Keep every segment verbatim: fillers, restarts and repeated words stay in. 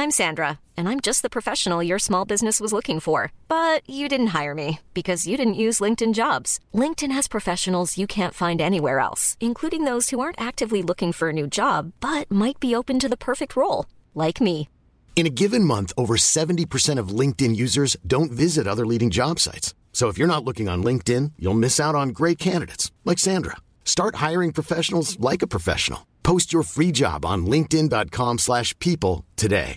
I'm Sandra, and I'm just the professional your small business was looking for. But you didn't hire me because you didn't use LinkedIn Jobs. LinkedIn has professionals you can't find anywhere else, including those who aren't actively looking for a new job, but might be open to the perfect role, like me. In a given month, over seventy percent of LinkedIn users don't visit other leading job sites. So if you're not looking on LinkedIn, you'll miss out on great candidates like Sandra. Start hiring professionals like a professional. Post your free job on linkedin dot com slash people today.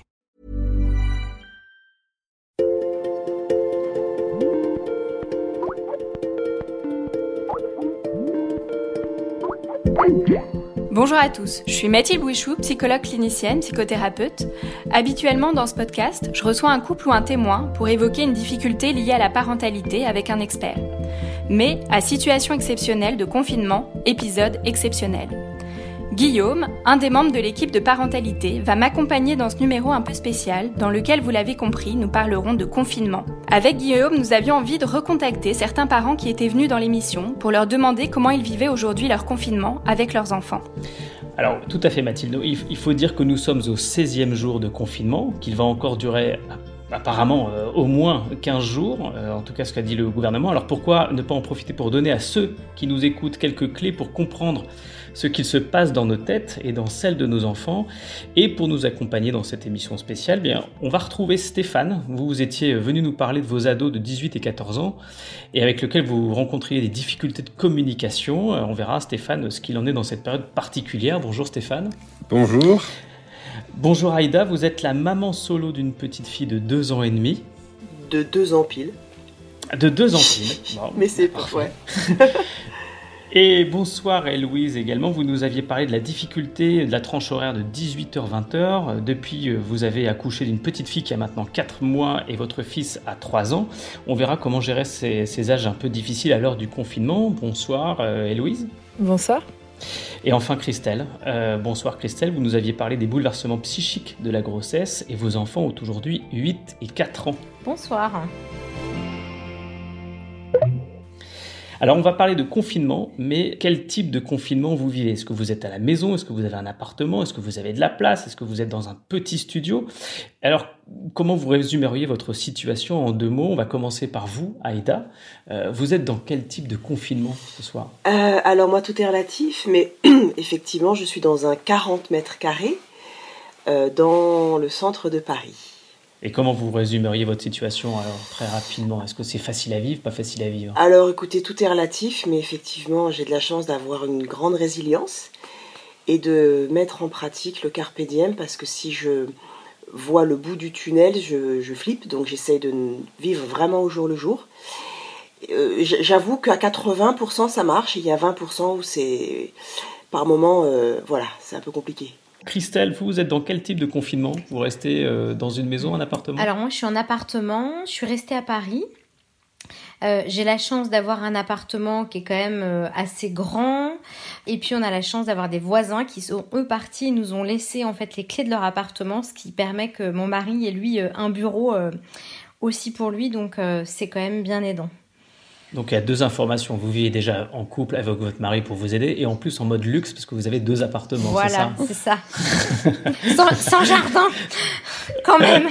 Bonjour à tous, je suis Mathilde Bouichou, psychologue clinicienne, psychothérapeute. Habituellement dans ce podcast, je reçois un couple ou un témoin pour évoquer une difficulté liée à la parentalité avec un expert. Mais à situation exceptionnelle de confinement, épisode exceptionnel. Guillaume, un des membres de l'équipe de parentalité, va m'accompagner dans ce numéro un peu spécial, dans lequel, vous l'avez compris, nous parlerons de confinement. Avec Guillaume, nous avions envie de recontacter certains parents qui étaient venus dans l'émission pour leur demander comment ils vivaient aujourd'hui leur confinement avec leurs enfants. Alors, tout à fait Mathilde, il faut dire que nous sommes au seizième jour de confinement, qu'il va encore durer apparemment euh, au moins quinze jours, euh, en tout cas ce qu'a dit le gouvernement. Alors pourquoi ne pas en profiter pour donner à ceux qui nous écoutent quelques clés pour comprendre ce qu'il se passe dans nos têtes et dans celles de nos enfants. Et pour nous accompagner dans cette émission spéciale, bien, on va retrouver Stéphane. Vous, vous étiez venu nous parler de vos ados de dix-huit et quatorze ans et avec lesquels vous rencontriez des difficultés de communication. On verra, Stéphane, ce qu'il en est dans cette période particulière. Bonjour Stéphane. Bonjour. Bonjour Aïda, vous êtes la maman solo d'une petite fille de deux ans et demi. De deux ans pile. De deux ans pile. Bon, mais c'est parfait. Ouais. Et bonsoir Héloïse également, vous nous aviez parlé de la difficulté de la tranche horaire de dix-huit heures vingt heures. Depuis, vous avez accouché d'une petite fille qui a maintenant quatre mois et votre fils a trois ans. On verra comment gérer ces, ces âges un peu difficiles à l'heure du confinement. Bonsoir euh, Héloïse. Bonsoir. Et enfin Christelle. Euh, bonsoir Christelle, vous nous aviez parlé des bouleversements psychiques de la grossesse et vos enfants ont aujourd'hui huit et quatre ans. Bonsoir. Alors on va parler de confinement, mais quel type de confinement vous vivez ? Est-ce que vous êtes à la maison ? Est-ce que vous avez un appartement ? Est-ce que vous avez de la place ? Est-ce que vous êtes dans un petit studio ? Alors comment vous résumeriez votre situation en deux mots ? On va commencer par vous, Aïda. Euh, vous êtes dans quel type de confinement ce soir ? euh, Alors moi tout est relatif, mais effectivement je suis dans un quarante mètres carrés euh, dans le centre de Paris. Et comment vous résumeriez votre situation alors, très rapidement ? Est-ce que c'est facile à vivre, pas facile à vivre ? Alors écoutez, tout est relatif, mais effectivement j'ai de la chance d'avoir une grande résilience et de mettre en pratique le carpe diem, parce que si je vois le bout du tunnel, je, je flippe, donc j'essaye de vivre vraiment au jour le jour. Euh, j'avoue qu'à quatre-vingts pour cent ça marche, et il y a vingt pour cent où c'est par moment, euh, voilà, c'est un peu compliqué. Christelle, vous, vous êtes dans quel type de confinement ? Vous restez euh, dans une maison, un appartement ? Alors moi, je suis en appartement, je suis restée à Paris. Euh, j'ai la chance d'avoir un appartement qui est quand même euh, assez grand. Et puis, on a la chance d'avoir des voisins qui sont, eux, partis et nous ont laissé en fait les clés de leur appartement, ce qui permet que mon mari ait, lui, euh, un bureau euh, aussi pour lui. Donc, euh, c'est quand même bien aidant. Donc il y a deux informations, vous vivez déjà en couple avec votre mari pour vous aider et en plus en mode luxe parce que vous avez deux appartements, voilà, c'est ça ? c'est ça. sans, sans jardin, quand même.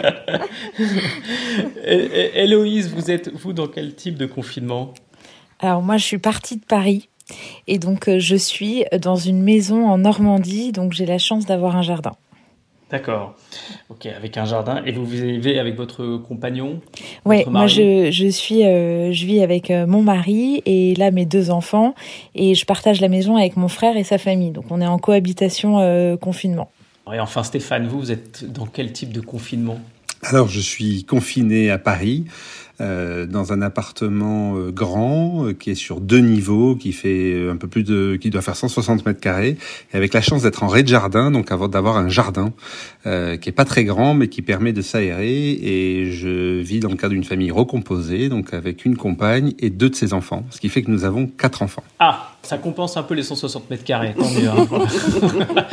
Héloïse, vous êtes vous dans quel type de confinement ? Alors moi je suis partie de Paris et donc euh, je suis dans une maison en Normandie, donc j'ai la chance d'avoir un jardin. D'accord, ok, avec un jardin. Et vous vivez avec votre compagnon ? Oui, moi je, je, suis, euh, je vis avec euh, mon mari et là mes deux enfants et je partage la maison avec mon frère et sa famille. Donc on est en cohabitation euh, confinement. Et enfin Stéphane, vous, vous êtes dans quel type de confinement ? Alors je suis confiné à Paris. Euh, dans un appartement euh, grand euh, qui est sur deux niveaux, qui fait un peu plus de, qui doit faire cent soixante mètres carrés, et avec la chance d'être en rez-de-jardin, donc avant d'avoir un jardin euh, qui est pas très grand, mais qui permet de s'aérer. Et je vis dans le cadre d'une famille recomposée, donc avec une compagne et deux de ses enfants, ce qui fait que nous avons quatre enfants. Ah, Ça compense un peu les cent soixante mètres carrés, tant mieux. Hein.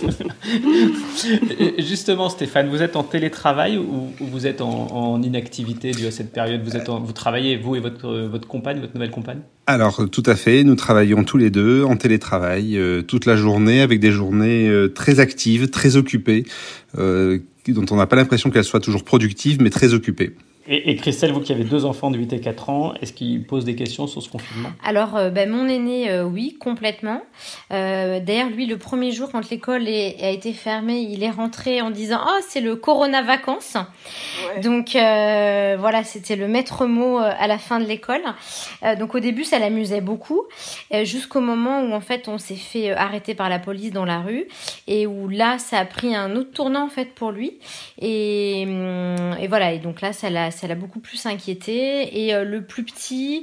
Justement, Stéphane, vous êtes en télétravail ou vous êtes en, en inactivité due à cette période? Vous, êtes en, vous travaillez, vous et votre, votre compagne, votre nouvelle compagne? Alors, tout à fait. Nous travaillons tous les deux en télétravail euh, toute la journée, avec des journées euh, très actives, très occupées, euh, dont on n'a pas l'impression qu'elles soient toujours productives, mais très occupées. Et, et Christelle, vous qui avez deux enfants de huit et quatre ans, est-ce qu'ils posent des questions sur ce confinement? Alors, euh, ben, mon aîné, euh, oui, complètement. Euh, d'ailleurs, lui, le premier jour, quand l'école est, a été fermée, il est rentré en disant « Oh, c'est le Corona vacances ouais. ». Donc, euh, voilà, c'était le maître mot à la fin de l'école. Euh, donc, au début, ça l'amusait beaucoup, euh, jusqu'au moment où, en fait, on s'est fait arrêter par la police dans la rue et où, là, ça a pris un autre tournant, en fait, pour lui. Et, et voilà, et donc là, ça l'a ça l'a beaucoup plus inquiété. Et euh, le plus petit,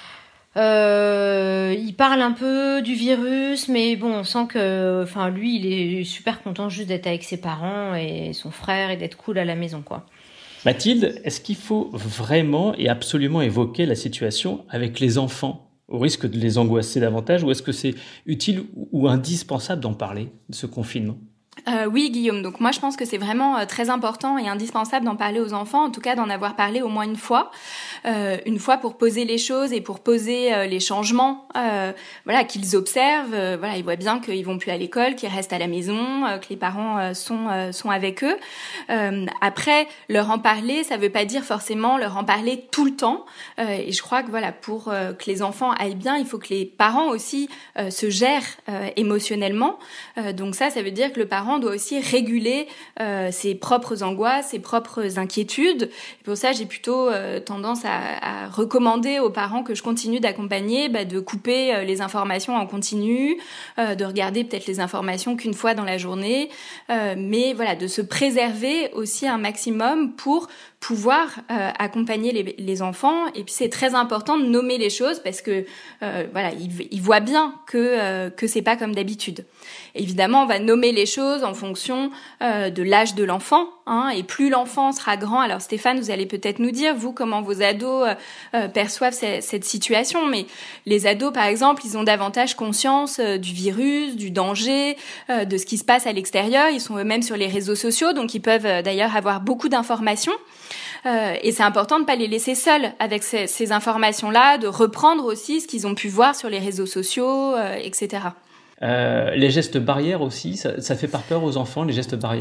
euh, il parle un peu du virus, mais bon, on sent que, enfin, lui, il est super content juste d'être avec ses parents et son frère et d'être cool à la maison, quoi. Mathilde, est-ce qu'il faut vraiment et absolument évoquer la situation avec les enfants, au risque de les angoisser davantage, ou est-ce que c'est utile ou indispensable d'en parler, de ce confinement ? Euh, oui, Guillaume. Donc moi, je pense que c'est vraiment euh, très important et indispensable d'en parler aux enfants, en tout cas d'en avoir parlé au moins une fois, euh, une fois pour poser les choses et pour poser euh, les changements, euh, voilà, qu'ils observent. Euh, voilà, ils voient bien qu'ils vont plus à l'école, qu'ils restent à la maison, euh, que les parents euh, sont euh, sont avec eux. Euh, après, leur en parler, ça veut pas dire forcément leur en parler tout le temps. Euh, et je crois que voilà, pour euh, que les enfants aillent bien, il faut que les parents aussi euh, se gèrent euh, émotionnellement. Euh, donc ça, ça veut dire que le parent doit aussi réguler euh, ses propres angoisses, ses propres inquiétudes. Et pour ça, j'ai plutôt euh, tendance à, à recommander aux parents que je continue d'accompagner bah, de couper euh, les informations en continu, euh, de regarder peut-être les informations qu'une fois dans la journée, euh, mais voilà, de se préserver aussi un maximum pour pouvoir euh, accompagner les, les enfants. Et puis c'est très important de nommer les choses parce que euh, voilà, ils, ils voient bien que euh, que c'est pas comme d'habitude. Évidemment, on va nommer les choses en fonction euh, de l'âge de l'enfant, hein, et plus l'enfant sera grand. Alors Stéphane, vous allez peut-être nous dire vous comment vos ados euh, euh, perçoivent cette, cette situation, mais les ados par exemple, ils ont davantage conscience euh, du virus, du danger, euh, de ce qui se passe à l'extérieur. Ils sont eux-mêmes sur les réseaux sociaux, donc ils peuvent euh, d'ailleurs avoir beaucoup d'informations. Euh, et c'est important de ne pas les laisser seuls avec ces, ces informations-là, de reprendre aussi ce qu'ils ont pu voir sur les réseaux sociaux, euh, et cetera. Euh, les gestes barrières aussi, ça, ça fait pas peur aux enfants, les gestes barrières ?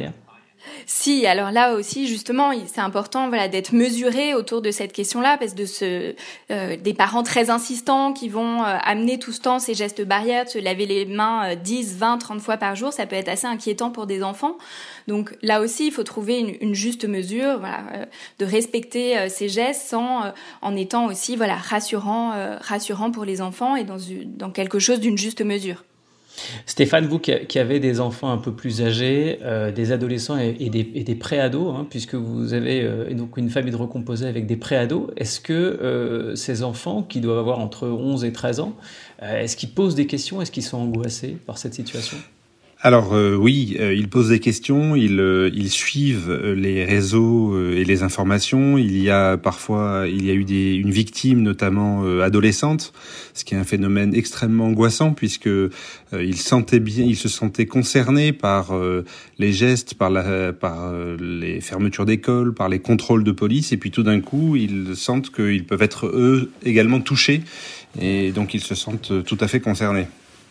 Si, alors là aussi, justement, c'est important, voilà, d'être mesuré autour de cette question-là, parce de ce, euh, des parents très insistants qui vont euh, amener tout ce temps ces gestes barrières, de se laver les mains euh, dix, vingt, trente fois par jour, ça peut être assez inquiétant pour des enfants. Donc là aussi, il faut trouver une, une juste mesure, voilà, euh, de respecter euh, ces gestes sans, euh, en étant aussi, voilà, rassurant, euh, rassurant pour les enfants et dans, dans quelque chose d'une juste mesure. Stéphane, vous qui avez des enfants un peu plus âgés, euh, des adolescents et, et des, et des pré-ados, hein, puisque vous avez euh, donc une famille de recomposés avec des pré-ados, est-ce que euh, ces enfants, qui doivent avoir entre onze et treize ans, euh, est-ce qu'ils posent des questions? Est-ce qu'ils sont angoissés par cette situation? Alors euh, oui, euh, ils posent des questions, ils, euh, ils suivent les réseaux euh, et les informations. Il y a parfois, il y a eu des, une victime, notamment euh, adolescente, ce qui est un phénomène extrêmement angoissant puisque euh, ils sentaient bien, ils se sentaient concernés par euh, les gestes, par, la, par euh, les fermetures d'écoles, par les contrôles de police, et puis tout d'un coup, ils sentent qu'ils peuvent être eux également touchés, et donc ils se sentent tout à fait concernés.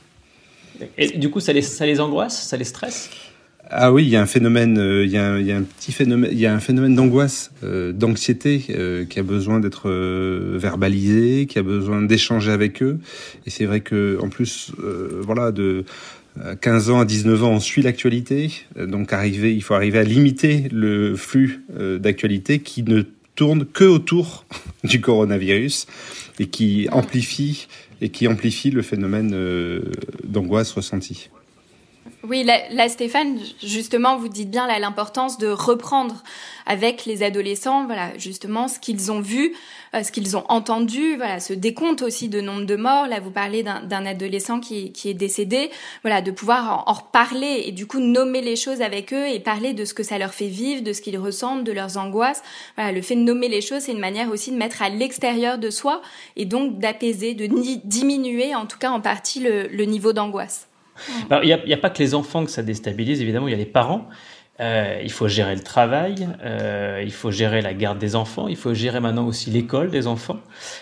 Et du coup, ça les, ça les angoisse, ça les stresse? Ah oui, il y a un phénomène, euh, il y a un, il y a un petit phénomène, il y a un phénomène d'angoisse, euh, d'anxiété euh, qui a besoin d'être euh, verbalisé, qui a besoin d'échanger avec eux. Et c'est vrai que en plus, euh, voilà, de quinze ans à dix-neuf ans, on suit l'actualité. Donc arriver, il faut arriver à limiter le flux euh, d'actualité qui ne tourne que autour du coronavirus et qui amplifie et qui amplifie le phénomène euh, d'angoisse ressentie. Oui, là, là, Stéphane, justement, vous dites bien là l'importance de reprendre avec les adolescents, voilà, justement, ce qu'ils ont vu, euh, ce qu'ils ont entendu, voilà, ce décompte aussi de nombre de morts. Là, vous parlez d'un, d'un adolescent qui, qui est décédé, voilà, de pouvoir en, en reparler et du coup nommer les choses avec eux et parler de ce que ça leur fait vivre, de ce qu'ils ressentent, de leurs angoisses. Voilà, le fait de nommer les choses, c'est une manière aussi de mettre à l'extérieur de soi et donc d'apaiser, de ni- diminuer, en tout cas en partie, le, le niveau d'angoisse. Alors, il n'y a, y a pas que les enfants que ça déstabilise, évidemment, il y a les parents. Euh, il faut gérer le travail, euh, il faut gérer la garde des enfants, il faut gérer maintenant aussi l'école des enfants.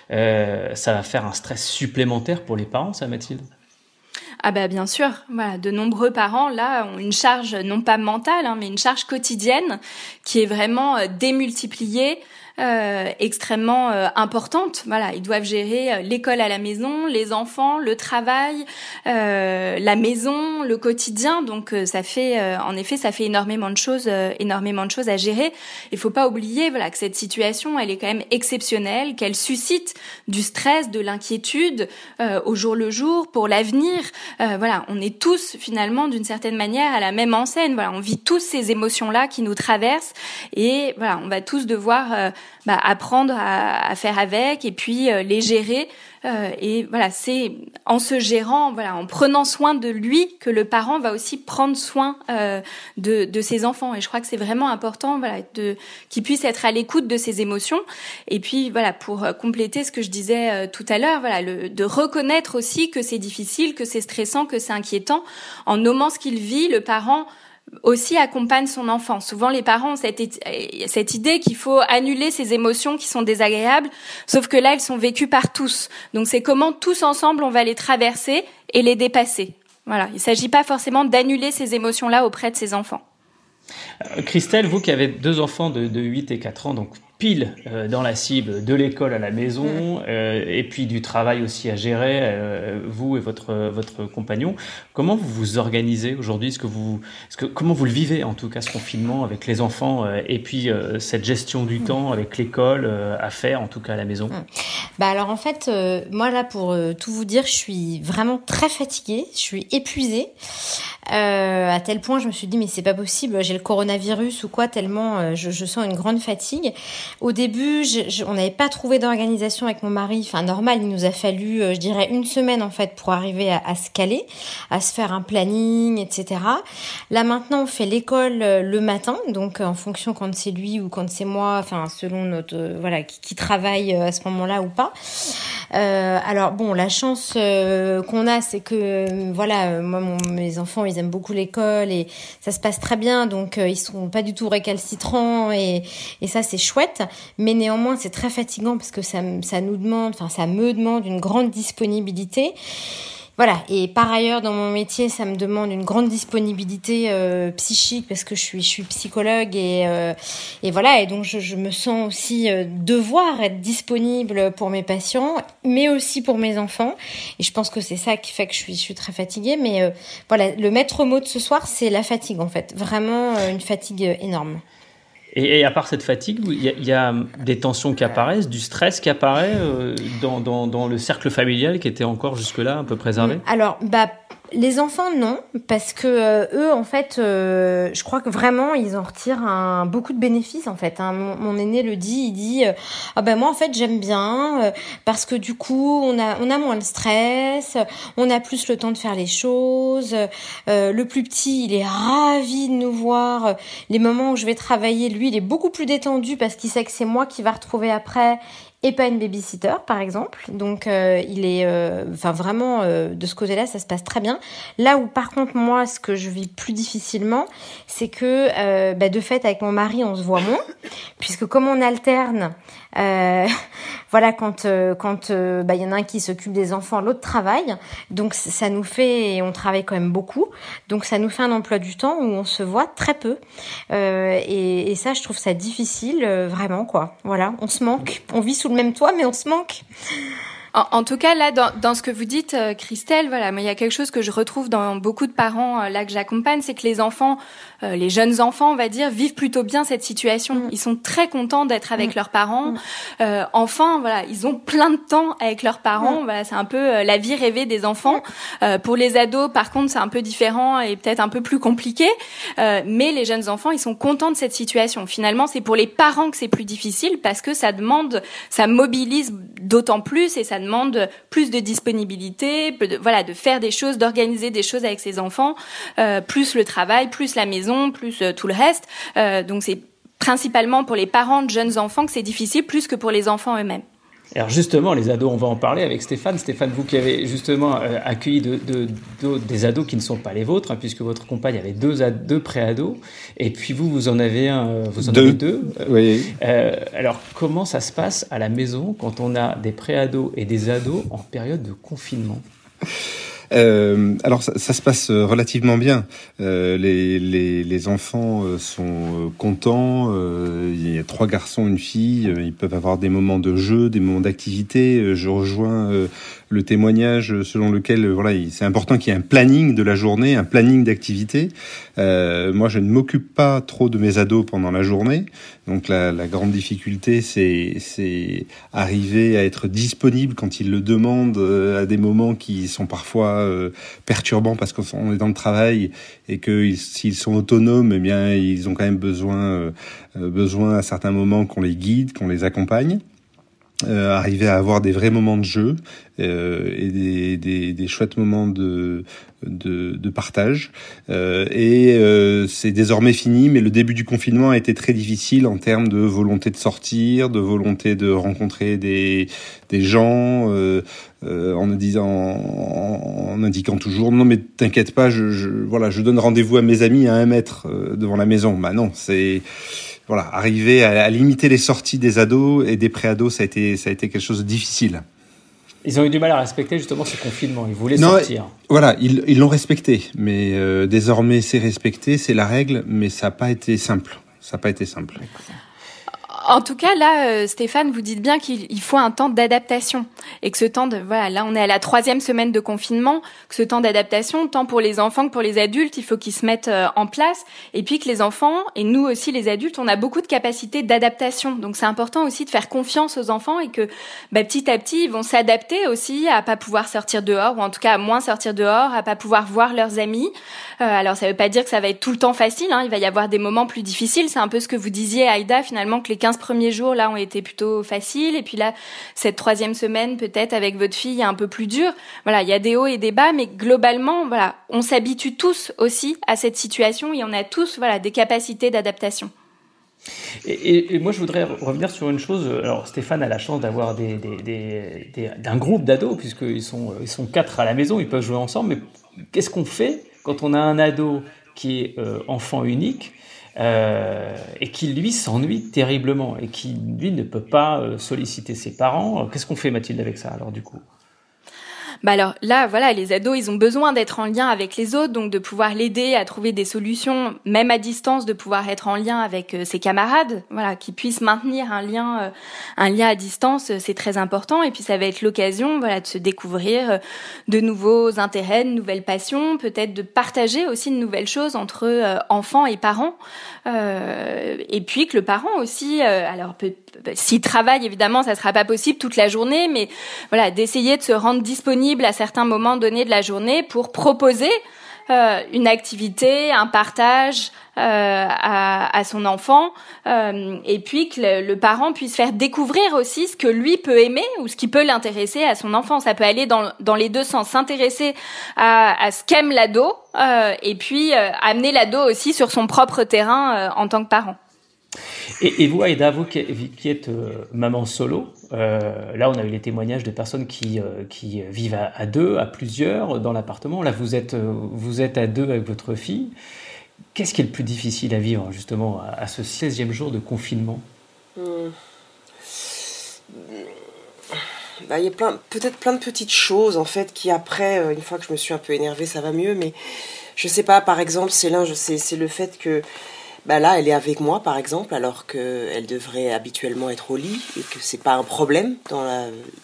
Euh, ça va faire un stress supplémentaire pour les parents, ça, Mathilde ? Ah bah bien sûr, voilà, de nombreux parents là ont une charge non pas mentale, hein, mais une charge quotidienne qui est vraiment euh, démultipliée. Euh, extrêmement euh, importante. Voilà, ils doivent gérer euh, l'école à la maison, les enfants, le travail, euh, la maison, le quotidien. Donc euh, ça fait, euh, en effet, ça fait énormément de choses, euh, énormément de choses à gérer. Il faut pas oublier, voilà, que cette situation, elle est quand même exceptionnelle, qu'elle suscite du stress, de l'inquiétude euh, au jour le jour pour l'avenir. Euh, voilà, on est tous finalement d'une certaine manière à la même enseigne. Voilà, on vit tous ces émotions-là qui nous traversent et voilà, on va tous devoir euh, Bah, apprendre à, à faire avec et puis euh, les gérer euh, et voilà, c'est en se gérant, voilà, en prenant soin de lui que le parent va aussi prendre soin euh, de, de ses enfants. Et je crois que c'est vraiment important, voilà, de qu'il puisse être à l'écoute de ses émotions. Et puis voilà, pour compléter ce que je disais euh, tout à l'heure, voilà, le, de reconnaître aussi que c'est difficile, que c'est stressant, que c'est inquiétant, en nommant ce qu'il vit, le parent aussi accompagne son enfant. Souvent, les parents ont cette, cette idée qu'il faut annuler ces émotions qui sont désagréables, sauf que là, elles sont vécues par tous. Donc, c'est comment tous ensemble, on va les traverser et les dépasser. Voilà. Il ne s'agit pas forcément d'annuler ces émotions-là auprès de ses enfants. Euh, Christelle, vous qui avez deux enfants de, de huit et quatre ans, donc pile euh, dans la cible de l'école à la maison, euh, et puis du travail aussi à gérer, euh, vous et votre votre compagnon. Comment vous vous organisez aujourd'hui ? Est-ce que vous, est-ce que comment vous le vivez en tout cas ce confinement avec les enfants euh, et puis euh, cette gestion du temps avec l'école euh, à faire en tout cas à la maison ? Bah alors en fait, euh, moi là pour euh, tout vous dire, je suis vraiment très fatiguée, je suis épuisée. Euh, à tel point, je me suis dit mais c'est pas possible, j'ai le coronavirus ou quoi, tellement euh, je, je sens une grande fatigue. Au début, je, je, on n'avait pas trouvé d'organisation avec mon mari. Enfin, normal, il nous a fallu, euh, je dirais, une semaine en fait pour arriver à, à se caler, à se faire un planning, et cetera. Là maintenant, on fait l'école euh, le matin, donc euh, en fonction quand c'est lui ou quand c'est moi, enfin selon notre euh, voilà qui, qui travaille euh, à ce moment-là ou pas. Euh, alors bon, la chance euh, qu'on a, c'est que euh, voilà, euh, moi, mon, mes enfants, ils aiment beaucoup l'école et ça se passe très bien, donc euh, ils sont pas du tout récalcitrants et, et ça c'est chouette. Mais néanmoins, c'est très fatigant parce que ça, ça nous demande, enfin ça me demande une grande disponibilité. Voilà, et par ailleurs, dans mon métier, ça me demande une grande disponibilité euh, psychique parce que je suis, je suis psychologue et, euh, et voilà, et donc je, je me sens aussi euh, devoir être disponible pour mes patients, mais aussi pour mes enfants. Et je pense que c'est ça qui fait que je suis, je suis très fatiguée. Mais euh, voilà, le maître mot de ce soir, c'est la fatigue en fait, vraiment euh, une fatigue énorme. Et, et à part cette fatigue, il y, y a des tensions qui apparaissent, du stress qui apparaît euh, dans, dans, dans le cercle familial qui était encore jusque-là un peu préservé ? Alors, bah, les enfants, non, parce que euh, eux, en fait, euh, je crois que vraiment, ils en retirent un, beaucoup de bénéfices, en fait. Hein. Mon, mon aîné le dit, il dit euh, « Ah ben moi, en fait, j'aime bien, euh, parce que du coup, on a, on a moins de stress, on a plus le temps de faire les choses. Euh, le plus petit, il est ravi de nous voir. Les moments où je vais travailler, lui, il est beaucoup plus détendu parce qu'il sait que c'est moi qui va retrouver après. » Et pas une babysitter, par exemple. Donc, euh, il est, euh, enfin vraiment, euh, de ce côté-là, ça se passe très bien. Là où, par contre, moi, ce que je vis plus difficilement, c'est que, euh, bah, de fait, avec mon mari, on se voit moins, puisque comme on alterne, euh, voilà, quand, euh, quand, euh, bah, il y en a un qui s'occupe des enfants, l'autre travaille. Donc, ça nous fait, et on travaille quand même beaucoup. Donc, ça nous fait un emploi du temps où on se voit très peu. Euh, et, et ça, je trouve ça difficile, euh, vraiment, quoi. Voilà, on se manque, on vit sous le même toit, mais on se manque. En, en tout cas, là, dans, dans ce que vous dites, euh, Christelle, voilà, mais il y a quelque chose que je retrouve dans beaucoup de parents euh, là que j'accompagne, c'est que les enfants, euh, les jeunes enfants, on va dire, vivent plutôt bien cette situation. Mmh. Ils sont très contents d'être avec mmh. leurs parents. Mmh. Euh, enfin, voilà, ils ont plein de temps avec leurs parents. Mmh. Voilà, c'est un peu euh, la vie rêvée des enfants. Euh, pour les ados, par contre, c'est un peu différent et peut-être un peu plus compliqué. Euh, mais les jeunes enfants, ils sont contents de cette situation. Finalement, c'est pour les parents que c'est plus difficile parce que ça demande, ça mobilise d'autant plus et ça demande plus de disponibilité, de, voilà, de faire des choses, d'organiser des choses avec ses enfants, euh, plus le travail, plus la maison, plus euh, tout le reste. Euh, donc c'est principalement pour les parents de jeunes enfants que c'est difficile, plus que pour les enfants eux-mêmes. Alors justement, les ados, on va en parler avec Stéphane. Stéphane, vous qui avez justement euh, accueilli de, de, de, des ados qui ne sont pas les vôtres, hein, puisque votre compagne avait deux, deux pré-ados, et puis vous, vous en avez un, vous en deux. avez deux. Oui. Euh, alors, comment ça se passe à la maison quand on a des pré-ados et des ados en période de confinement ? Euh, alors ça, ça se passe relativement bien. Euh, les, les, les enfants sont contents. Euh, il y a trois garçons, une fille. Ils peuvent avoir des moments de jeu, des moments d'activité. Je rejoins euh, le témoignage selon lequel voilà, c'est important qu'il y ait un planning de la journée, un planning d'activité. Euh, moi, je ne m'occupe pas trop de mes ados pendant la journée. Donc la, la grande difficulté, c'est, c'est arriver à être disponible quand ils le demandent euh, à des moments qui sont parfois euh, perturbants parce qu'on est dans le travail et que s'ils sont autonomes, eh bien ils ont quand même besoin, euh, besoin à certains moments qu'on les guide, qu'on les accompagne. Euh, arriver à avoir des vrais moments de jeu euh, et des, des, des chouettes moments de, de, de partage. Euh, et euh, c'est désormais fini, mais le début du confinement a été très difficile en termes de volonté de sortir, de volonté de rencontrer des, des gens, euh, euh, en, disant, en, en indiquant toujours « Non, mais t'inquiète pas, je, je, voilà, je donne rendez-vous à mes amis à un mètre euh, devant la maison. » Bah non, c'est... Voilà, arriver à, à limiter les sorties des ados et des pré-ados, ça a été, ça a été quelque chose de difficile. Ils ont eu du mal à respecter justement ce confinement. Ils voulaient non, sortir. Voilà, ils, ils l'ont respecté, mais euh, désormais c'est respecté, c'est la règle, mais ça n'a pas été simple. Ça n'a pas été simple. En tout cas, là, euh, Stéphane, vous dites bien qu'il faut un temps d'adaptation et que ce temps de, voilà, là, on est à la troisième semaine de confinement, que ce temps d'adaptation, tant pour les enfants que pour les adultes, il faut qu'ils se mettent euh, en place et puis que les enfants et nous aussi les adultes, on a beaucoup de capacités d'adaptation. Donc c'est important aussi de faire confiance aux enfants et que bah, petit à petit, ils vont s'adapter aussi à pas pouvoir sortir dehors ou en tout cas à moins sortir dehors, à pas pouvoir voir leurs amis. Euh, alors ça veut pas dire que ça va être tout le temps facile, hein, il va y avoir des moments plus difficiles. C'est un peu ce que vous disiez, Aïda, finalement, que les quinze premiers jours là ont été plutôt faciles et puis là cette troisième semaine peut-être avec votre fille est un peu plus dure. Voilà, il y a des hauts et des bas, mais globalement voilà, on s'habitue tous aussi à cette situation et on a tous voilà des capacités d'adaptation. Et, et, et moi je voudrais revenir sur une chose. Alors Stéphane a la chance d'avoir des, des, des, des, d'un groupe d'ados puisqu'ils sont, ils sont quatre à la maison, ils peuvent jouer ensemble, mais qu'est-ce qu'on fait quand on a un ado qui est euh, enfant unique Euh, et qui, lui, s'ennuie terriblement et qui, lui, ne peut pas euh, solliciter ses parents. Qu'est-ce qu'on fait, Mathilde, avec ça, alors, du coup ? Bah alors là, voilà, les ados, ils ont besoin d'être en lien avec les autres, donc de pouvoir l'aider à trouver des solutions, même à distance, de pouvoir être en lien avec euh, ses camarades, voilà, qui puissent maintenir un lien, euh, un lien à distance, c'est très important. Et puis ça va être l'occasion, voilà, de se découvrir euh, de nouveaux intérêts, de nouvelles passions, peut-être de partager aussi de nouvelles choses entre euh, enfants et parents. Euh, et puis que le parent aussi, euh, alors peut, s'il travaille évidemment, ça sera pas possible toute la journée, mais voilà, d'essayer de se rendre disponible à certains moments donnés de la journée pour proposer euh, une activité, un partage euh, à, à son enfant, euh, et puis que le, le parent puisse faire découvrir aussi ce que lui peut aimer ou ce qui peut l'intéresser à son enfant. Ça peut aller dans, dans les deux sens, s'intéresser à, à ce qu'aime l'ado, euh, et puis euh, amener l'ado aussi sur son propre terrain euh, en tant que parent. Et, et vous, Aïda, vous qui, qui êtes euh, maman solo, euh, là on a eu les témoignages de personnes qui, euh, qui vivent à, à deux, à plusieurs dans l'appartement. Là vous êtes, euh, vous êtes à deux avec votre fille. Qu'est-ce qui est le plus difficile à vivre justement à, à ce seizième jour de confinement ? mmh. Bah, il y a plein, peut-être plein de petites choses en fait qui après, une fois que je me suis un peu énervée, ça va mieux. Mais je sais pas, par exemple, c'est, l'un, je sais, c'est le fait que bah là, elle est avec moi, par exemple, alors qu'elle devrait habituellement être au lit et que c'est pas un problème dans la,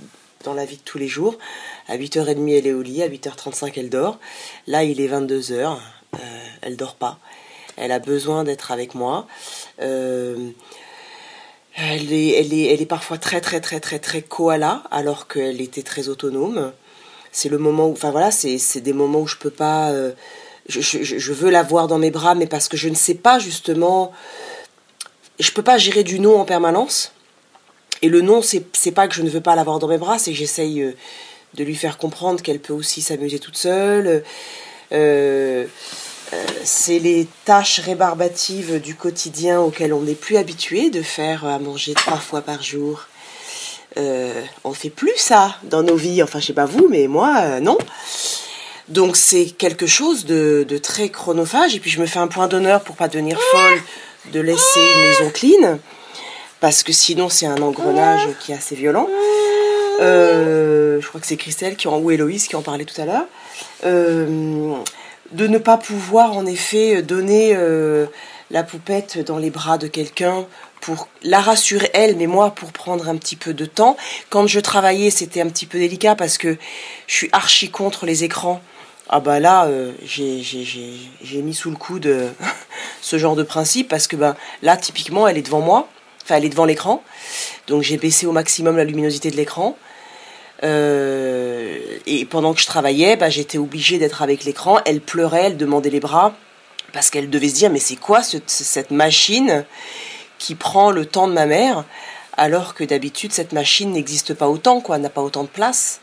dans la vie de tous les jours. À huit heures trente, elle est au lit, à huit heures trente-cinq, elle dort. Là, il est vingt-deux heures, euh, elle dort pas. Elle a besoin d'être avec moi. Euh, elle, est, elle, est, elle est parfois très, très, très, très, très koala, alors qu'elle était très autonome. C'est le moment où... Enfin voilà, c'est, c'est des moments où je peux pas... Euh, je, je, je veux l'avoir dans mes bras, mais parce que je ne sais pas, justement... Je peux pas gérer du non en permanence. Et le non, c'est, c'est pas que je ne veux pas l'avoir dans mes bras, c'est que j'essaye euh, de lui faire comprendre qu'elle peut aussi s'amuser toute seule. Euh, euh, c'est les tâches rébarbatives du quotidien auxquelles on n'est plus habitué, de faire à manger trois fois par jour. Euh, on fait plus ça dans nos vies, enfin je sais pas vous, mais moi, euh, non. Donc c'est quelque chose de, de très chronophage, et puis je me fais un point d'honneur pour pas devenir folle de laisser une maison clean, parce que sinon c'est un engrenage qui est assez violent. Euh, je crois que c'est Christelle qui en, ou Héloïse qui en parlait tout à l'heure. Euh, de ne pas pouvoir en effet donner euh, la poupette dans les bras de quelqu'un pour la rassurer elle, mais moi pour prendre un petit peu de temps. Quand je travaillais, c'était un petit peu délicat parce que je suis archi contre les écrans. Ah bah là, euh, j'ai, j'ai, j'ai, j'ai mis sous le coude euh, ce genre de principe, parce que ben, là, typiquement, elle est devant moi, enfin, elle est devant l'écran, donc j'ai baissé au maximum la luminosité de l'écran, euh, et pendant que je travaillais, ben, j'étais obligée d'être avec l'écran. Elle pleurait, elle demandait les bras, parce qu'elle devait se dire, mais c'est quoi ce, cette machine qui prend le temps de ma mère, alors que d'habitude, cette machine n'existe pas autant, quoi, n'a pas autant de place.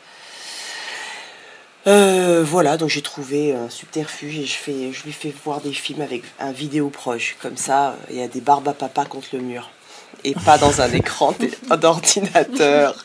Euh, voilà, donc j'ai trouvé un subterfuge et je, fais, je lui fais voir des films avec un vidéo proche. Comme ça, il y a des barbes à papa contre le mur. Et pas dans un écran d'ordinateur.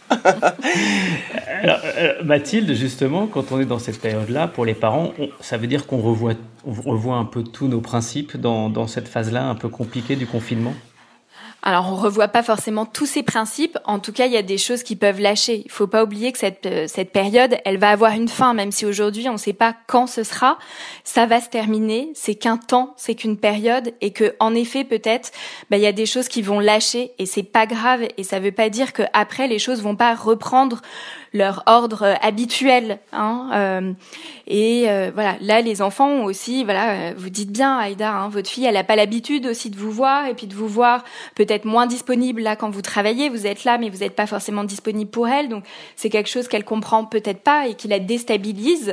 Alors, euh, Mathilde, justement, quand on est dans cette période-là, pour les parents, on, ça veut dire qu'on revoit, on revoit un peu tous nos principes dans, dans cette phase-là un peu compliquée du confinement ? Alors, on revoit pas forcément tous ces principes. En tout cas, il y a des choses qui peuvent lâcher. Il faut pas oublier que cette, euh, cette période, elle va avoir une fin, même si aujourd'hui, on ne sait pas quand ce sera. Ça va se terminer. C'est qu'un temps, c'est qu'une période, et que, en effet, peut-être, bah, il y a des choses qui vont lâcher, et c'est pas grave. Et ça veut pas dire que après, les choses vont pas reprendre leur ordre habituel, hein, euh, et euh, voilà. Là, les enfants ont aussi, voilà, vous dites bien, Aïda, hein, votre fille, elle a pas l'habitude aussi de vous voir, et puis de vous voir peut-être moins disponible là quand vous travaillez. Vous êtes là, mais vous n'êtes pas forcément disponible pour elle, donc c'est quelque chose qu'elle comprend peut-être pas et qui la déstabilise.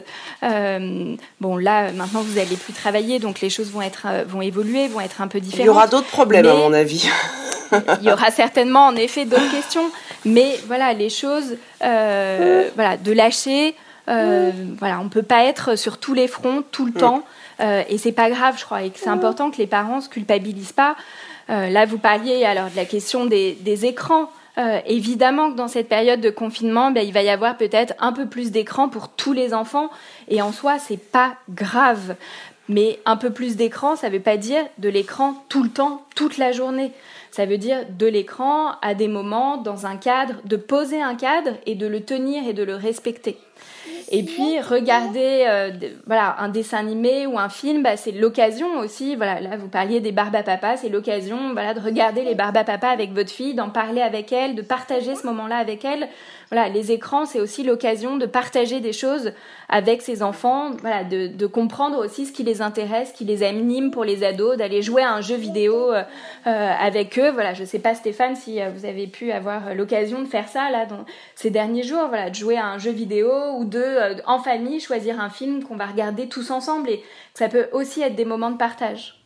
Euh, bon, là, maintenant, vous allez plus travailler, donc les choses vont être, euh, vont évoluer, vont être un peu différentes. Il y aura d'autres problèmes, mais à mon avis. Il y aura certainement, en effet, d'autres questions, mais voilà, les choses, euh, voilà, de lâcher. Euh, voilà, on peut pas être sur tous les fronts tout le mmh. temps, euh, et c'est pas grave, je crois, et que c'est important que les parents se culpabilisent pas. Euh, là, vous parliez alors de la question des, des écrans. Euh, évidemment que dans cette période de confinement, ben, il va y avoir peut-être un peu plus d'écran pour tous les enfants, et en soi, c'est pas grave. Mais un peu plus d'écran, ça veut pas dire de l'écran tout le temps, toute la journée. Ça veut dire de l'écran à des moments, dans un cadre, de poser un cadre et de le tenir et de le respecter. Et puis regarder euh, de, voilà, un dessin animé ou un film, bah, c'est l'occasion aussi, voilà, là vous parliez des barbes à papa, c'est l'occasion voilà, de regarder les barbes à papa avec votre fille, d'en parler avec elle, de partager ce moment-là avec elle. Voilà, les écrans, c'est aussi l'occasion de partager des choses avec ses enfants, voilà, de, de comprendre aussi ce qui les intéresse, ce qui les anime pour les ados, d'aller jouer à un jeu vidéo euh, avec eux. Voilà, je ne sais pas Stéphane si vous avez pu avoir l'occasion de faire ça là dans ces derniers jours, voilà, de jouer à un jeu vidéo ou de euh, en famille choisir un film qu'on va regarder tous ensemble, et ça peut aussi être des moments de partage.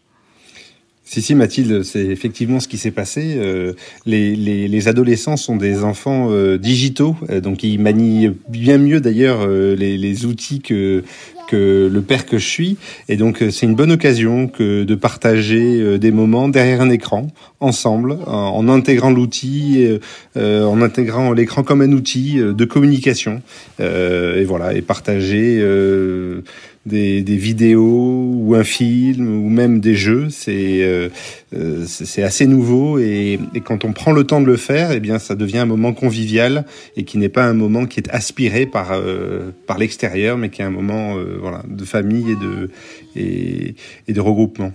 Si, si, Mathilde, c'est effectivement ce qui s'est passé. Euh, les, les, les adolescents sont des enfants euh, digitaux, euh, donc ils manient bien mieux d'ailleurs euh, les, les outils que que le père que je suis, et donc c'est une bonne occasion que de partager euh, des moments derrière un écran, ensemble, en, en intégrant l'outil, euh, en intégrant l'écran comme un outil euh, de communication, euh, et voilà, et partager euh, Des, des vidéos ou un film ou même des jeux, c'est euh, c'est assez nouveau, et, et quand on prend le temps de le faire, eh bien ça devient un moment convivial et qui n'est pas un moment qui est aspiré par euh, par l'extérieur, mais qui est un moment euh, voilà, de famille et de et, et de regroupement.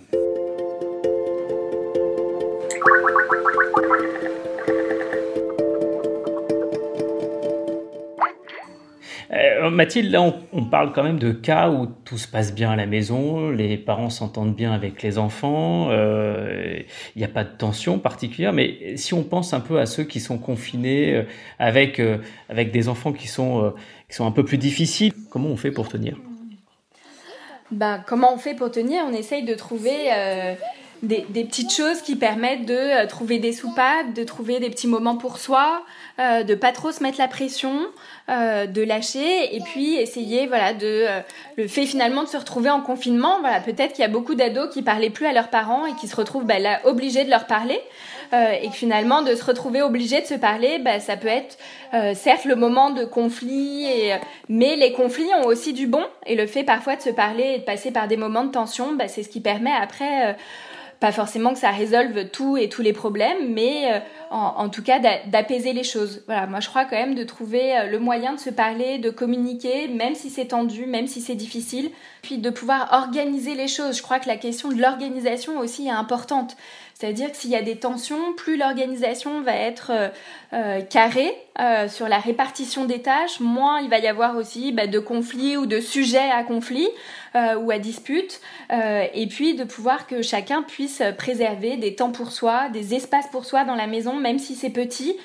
Mathilde, là, on, on parle quand même de cas où tout se passe bien à la maison, les parents s'entendent bien avec les enfants, il euh, n'y a pas de tension particulière, mais si on pense un peu à ceux qui sont confinés euh, avec, euh, avec des enfants qui sont, euh, qui sont un peu plus difficiles, comment on fait pour tenir ? Ben, comment on fait pour tenir ? On essaye de trouver... Euh... Des, des petites choses qui permettent de euh, trouver des soupapes, de trouver des petits moments pour soi, euh, de pas trop se mettre la pression, euh, de lâcher et puis essayer voilà de euh, le fait finalement de se retrouver en confinement. Voilà, peut-être qu'il y a beaucoup d'ados qui parlaient plus à leurs parents et qui se retrouvent bah, là obligés de leur parler euh, et que finalement de se retrouver obligés de se parler, bah, ça peut être euh, certes le moment de conflit, et, mais les conflits ont aussi du bon et le fait parfois de se parler et de passer par des moments de tension, bah, c'est ce qui permet après euh, pas forcément que ça résolve tout et tous les problèmes, mais euh, en, en tout cas d'a- d'apaiser les choses. Voilà, moi je crois quand même de trouver euh, le moyen de se parler, de communiquer, même si c'est tendu, même si c'est difficile, puis de pouvoir organiser les choses. Je crois que la question de l'organisation aussi est importante. C'est-à-dire que s'il y a des tensions, plus l'organisation va être euh, euh, carrée euh, sur la répartition des tâches, moins il va y avoir aussi bah, de conflits ou de sujets à conflit euh, ou à dispute. Euh, et puis de pouvoir que chacun puisse préserver des temps pour soi, des espaces pour soi dans la maison, même si c'est petit.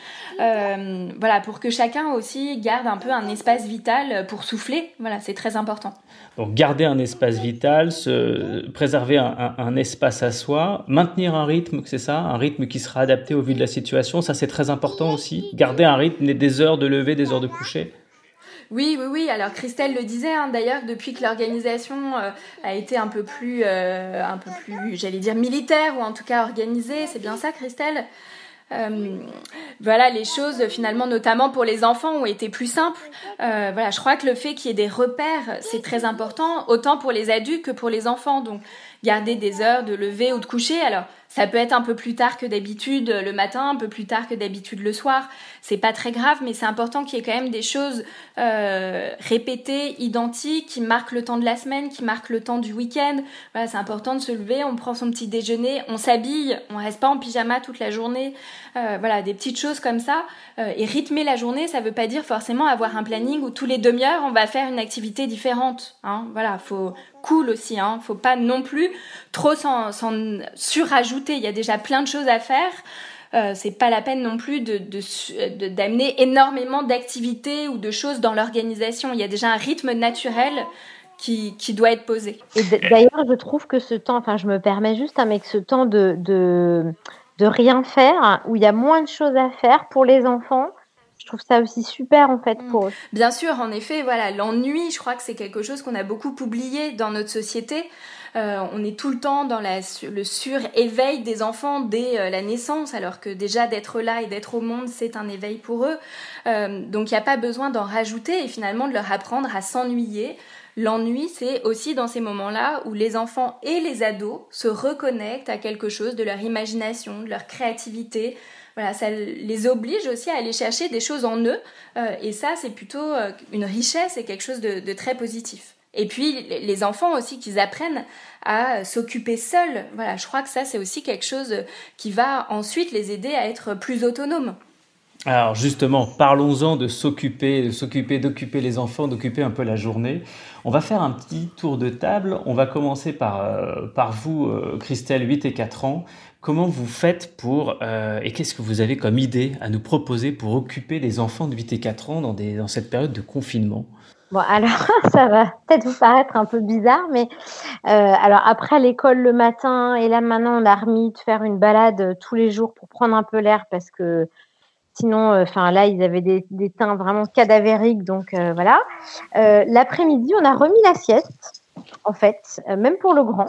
Euh, voilà, pour que chacun aussi garde un peu un espace vital pour souffler. Voilà, c'est très important. Donc garder un espace vital, se préserver un, un, un espace à soi, maintenir un rythme, c'est ça, un rythme qui sera adapté au vu de la situation, ça c'est très important aussi. Garder un rythme, des heures de lever, des heures de coucher. Oui, oui, oui. Alors Christelle le disait, hein, d'ailleurs, depuis que l'organisation euh, a été un peu plus, euh, un peu plus, j'allais dire militaire ou en tout cas organisée, c'est bien ça, Christelle ? Euh, voilà, les choses finalement, notamment pour les enfants, ont été plus simples. Euh, voilà, je crois que le fait qu'il y ait des repères, c'est très important, autant pour les adultes que pour les enfants. Donc, garder des heures de lever ou de coucher. Alors, ça peut être un peu plus tard que d'habitude le matin, un peu plus tard que d'habitude le soir. C'est pas très grave, mais c'est important qu'il y ait quand même des choses euh, répétées, identiques, qui marquent le temps de la semaine, qui marquent le temps du week-end. Voilà, c'est important de se lever, on prend son petit déjeuner, on s'habille, on reste pas en pyjama toute la journée. Euh, voilà, des petites choses comme ça. Euh, et rythmer la journée, ça veut pas dire forcément avoir un planning où tous les demi-heures on va faire une activité différente. Hein. Voilà, faut cool aussi. Hein. Faut pas non plus trop s'en, s'en surajouter. Il y a déjà plein de choses à faire. Euh, c'est pas la peine non plus de, de, de, d'amener énormément d'activités ou de choses dans l'organisation. Il y a déjà un rythme naturel qui, qui doit être posé. Et d- d'ailleurs, je trouve que ce temps, enfin, je me permets juste, hein, mais que ce temps de, de, de rien faire, où il y a moins de choses à faire pour les enfants, je trouve ça aussi super en fait pour eux. Bien sûr, en effet, voilà, l'ennui, je crois que c'est quelque chose qu'on a beaucoup oublié dans notre société. Euh, on est tout le temps dans la, le sur-éveil des enfants dès euh, la naissance, alors que déjà d'être là et d'être au monde, c'est un éveil pour eux. Euh, donc il n'y a pas besoin d'en rajouter et finalement de leur apprendre à s'ennuyer. L'ennui, c'est aussi dans ces moments-là où les enfants et les ados se reconnectent à quelque chose de leur imagination, de leur créativité. Voilà, ça les oblige aussi à aller chercher des choses en eux. Euh, et ça, c'est plutôt euh, une richesse et quelque chose de, de très positif. Et puis, les enfants aussi, qu'ils apprennent à s'occuper seuls. Voilà, je crois que ça, c'est aussi quelque chose qui va ensuite les aider à être plus autonomes. Alors justement, parlons-en de s'occuper, de s'occuper, d'occuper les enfants, d'occuper un peu la journée. On va faire un petit tour de table. On va commencer par, euh, par vous, euh, Christelle, huit et quatre ans. Comment vous faites pour, euh, et qu'est-ce que vous avez comme idée à nous proposer pour occuper les enfants de huit et quatre ans dans, des, dans cette période de confinement ? Bon, alors, ça va peut-être vous paraître un peu bizarre, mais euh, alors après l'école le matin, et là maintenant on a remis de faire une balade tous les jours pour prendre un peu l'air parce que sinon, enfin euh, là ils avaient des, des teints vraiment cadavériques, donc euh, voilà. Euh, l'après-midi, on a remis la sieste, en fait, euh, même pour le grand.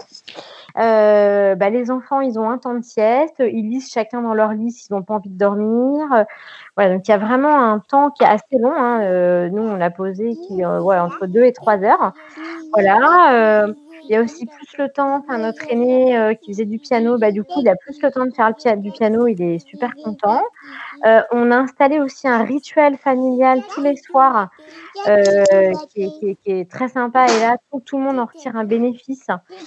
Euh, bah, les enfants, ils ont un temps de sieste, ils lisent chacun dans leur lit s'ils n'ont pas envie de dormir. Voilà, donc il y a vraiment un temps qui est assez long. Hein. Euh, nous, on l'a posé qui, euh, ouais, entre deux et trois heures. Voilà. Euh, il y a aussi plus le temps. Enfin, notre aîné euh, qui faisait du piano, bah, du coup, il a plus le temps de faire le pi- du piano. Il est super content. Euh, on a installé aussi un rituel familial tous les soirs euh, qui, est, qui, est, qui est très sympa. Et là, tout, tout le monde en retire un bénéfice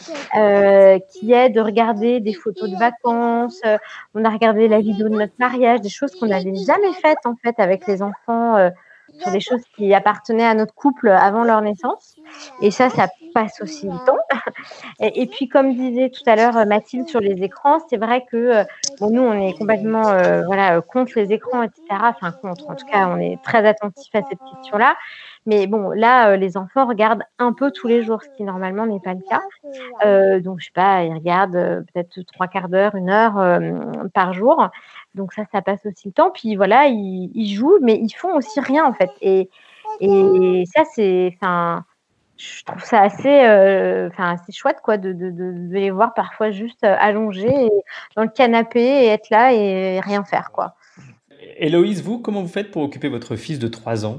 euh, qui est de regarder des photos de vacances. Euh, on a regardé la vidéo de notre mariage, des choses qu'on n'avait jamais faites en fait avec les enfants euh, sur des choses qui appartenaient à notre couple avant leur naissance. Et ça, ça passe aussi le temps. Et, et puis, comme disait tout à l'heure Mathilde sur les écrans, c'est vrai que bon, nous, on est complètement euh, voilà, contre les écrans, et cetera. Enfin, contre. En tout cas, on est très attentif à cette question-là. Mais bon, là, euh, les enfants regardent un peu tous les jours, ce qui normalement n'est pas le cas. Euh, donc, je sais pas, ils regardent euh, peut-être trois quarts d'heure, une heure euh, par jour. Donc ça, ça passe aussi le temps. Puis voilà, ils, ils jouent, mais ils font aussi rien en fait. Et, et ça, c'est, enfin, je trouve ça assez, euh, enfin, assez chouette quoi, de, de, de, de les voir parfois juste allongés et, dans le canapé et être là et rien faire quoi. Héloïse, vous, comment vous faites pour occuper votre fils de trois ans ?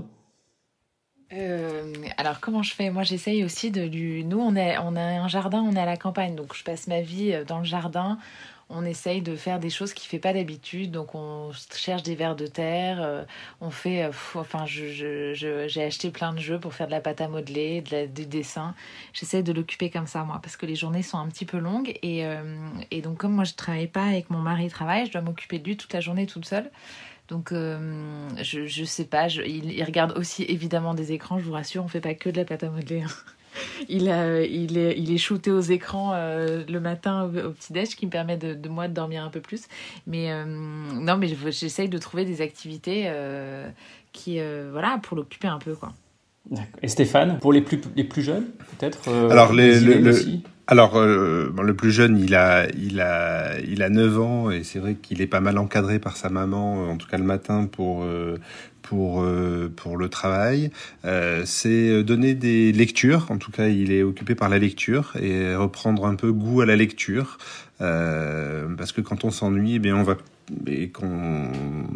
Euh, alors comment je fais ? Moi j'essaye aussi de lui... Nous on, est, on a un jardin, on est à la campagne, donc je passe ma vie dans le jardin. On essaye de faire des choses qu'il ne fait pas d'habitude, donc on cherche des vers de terre, euh, on fait... Euh, pff, enfin, je, je, je, j'ai acheté plein de jeux pour faire de la pâte à modeler, de la, du dessin. J'essaie de l'occuper comme ça, moi, parce que les journées sont un petit peu longues. Et, euh, et donc, comme moi, je ne travaille pas et que mon mari travaille, je dois m'occuper de lui toute la journée toute seule. Donc, euh, je, je sais pas, je, il, il regarde aussi évidemment des écrans, je vous rassure, on ne fait pas que de la pâte à modeler. Il, a, il, est, il est shooté aux écrans euh, le matin au, au petit-déj, qui me permet de, de moi de dormir un peu plus. Mais euh, non, mais j'essaye de trouver des activités euh, qui, euh, voilà, pour l'occuper un peu, quoi. Et Stéphane, pour les plus, les plus jeunes, peut-être euh, Alors, les, les le, aussi le... Alors, euh, bon, le plus jeune, il a, il a, il a neuf ans et c'est vrai qu'il est pas mal encadré par sa maman, en tout cas le matin pour, euh, pour, euh, pour le travail. Euh, c'est donner des lectures. En tout cas, il est occupé par la lecture et reprendre un peu goût à la lecture. Euh, parce que quand on s'ennuie, eh bien, on va et qu'on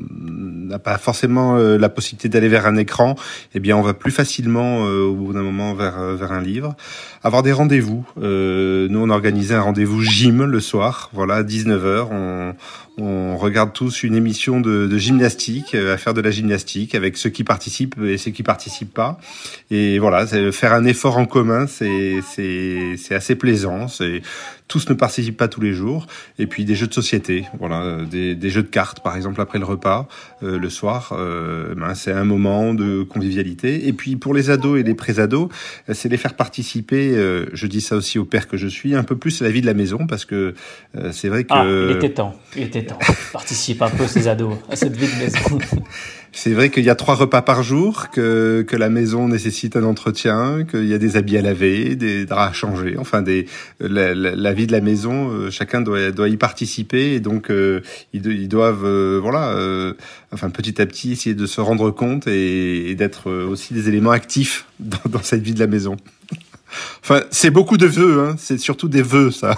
n'a pas forcément euh, la possibilité d'aller vers un écran, eh bien on va plus facilement euh, au bout d'un moment vers euh, vers un livre. Avoir des rendez-vous. Euh, nous on a organisé un rendez-vous gym le soir, voilà, à dix-neuf heures. On, on regarde tous une émission de, de gymnastique, euh, à faire de la gymnastique avec ceux qui participent et ceux qui participent pas. Et voilà, c'est, faire un effort en commun, c'est c'est c'est assez plaisant. C'est tous ne participent pas tous les jours. Et puis des jeux de société, voilà, des, des jeux de cartes, par exemple, après le repas, euh, le soir. Euh, ben, c'est un moment de convivialité. Et puis pour les ados et les pré-ados, c'est les faire participer, euh, je dis ça aussi au père que je suis, un peu plus à la vie de la maison, parce que euh, c'est vrai que... Ah, il était temps, il était temps. Participe un peu ces ados à cette vie de maison. C'est vrai qu'il y a trois repas par jour, que, que la maison nécessite un entretien, qu'il y a des habits à laver, des draps à changer, enfin des, la, la, la vie de la maison, euh, chacun doit, doit y participer et donc euh, ils, ils doivent, euh, voilà, euh, enfin petit à petit essayer de se rendre compte et, et d'être aussi des éléments actifs dans, dans cette vie de la maison. Enfin, c'est beaucoup de vœux, hein, c'est surtout des vœux, ça.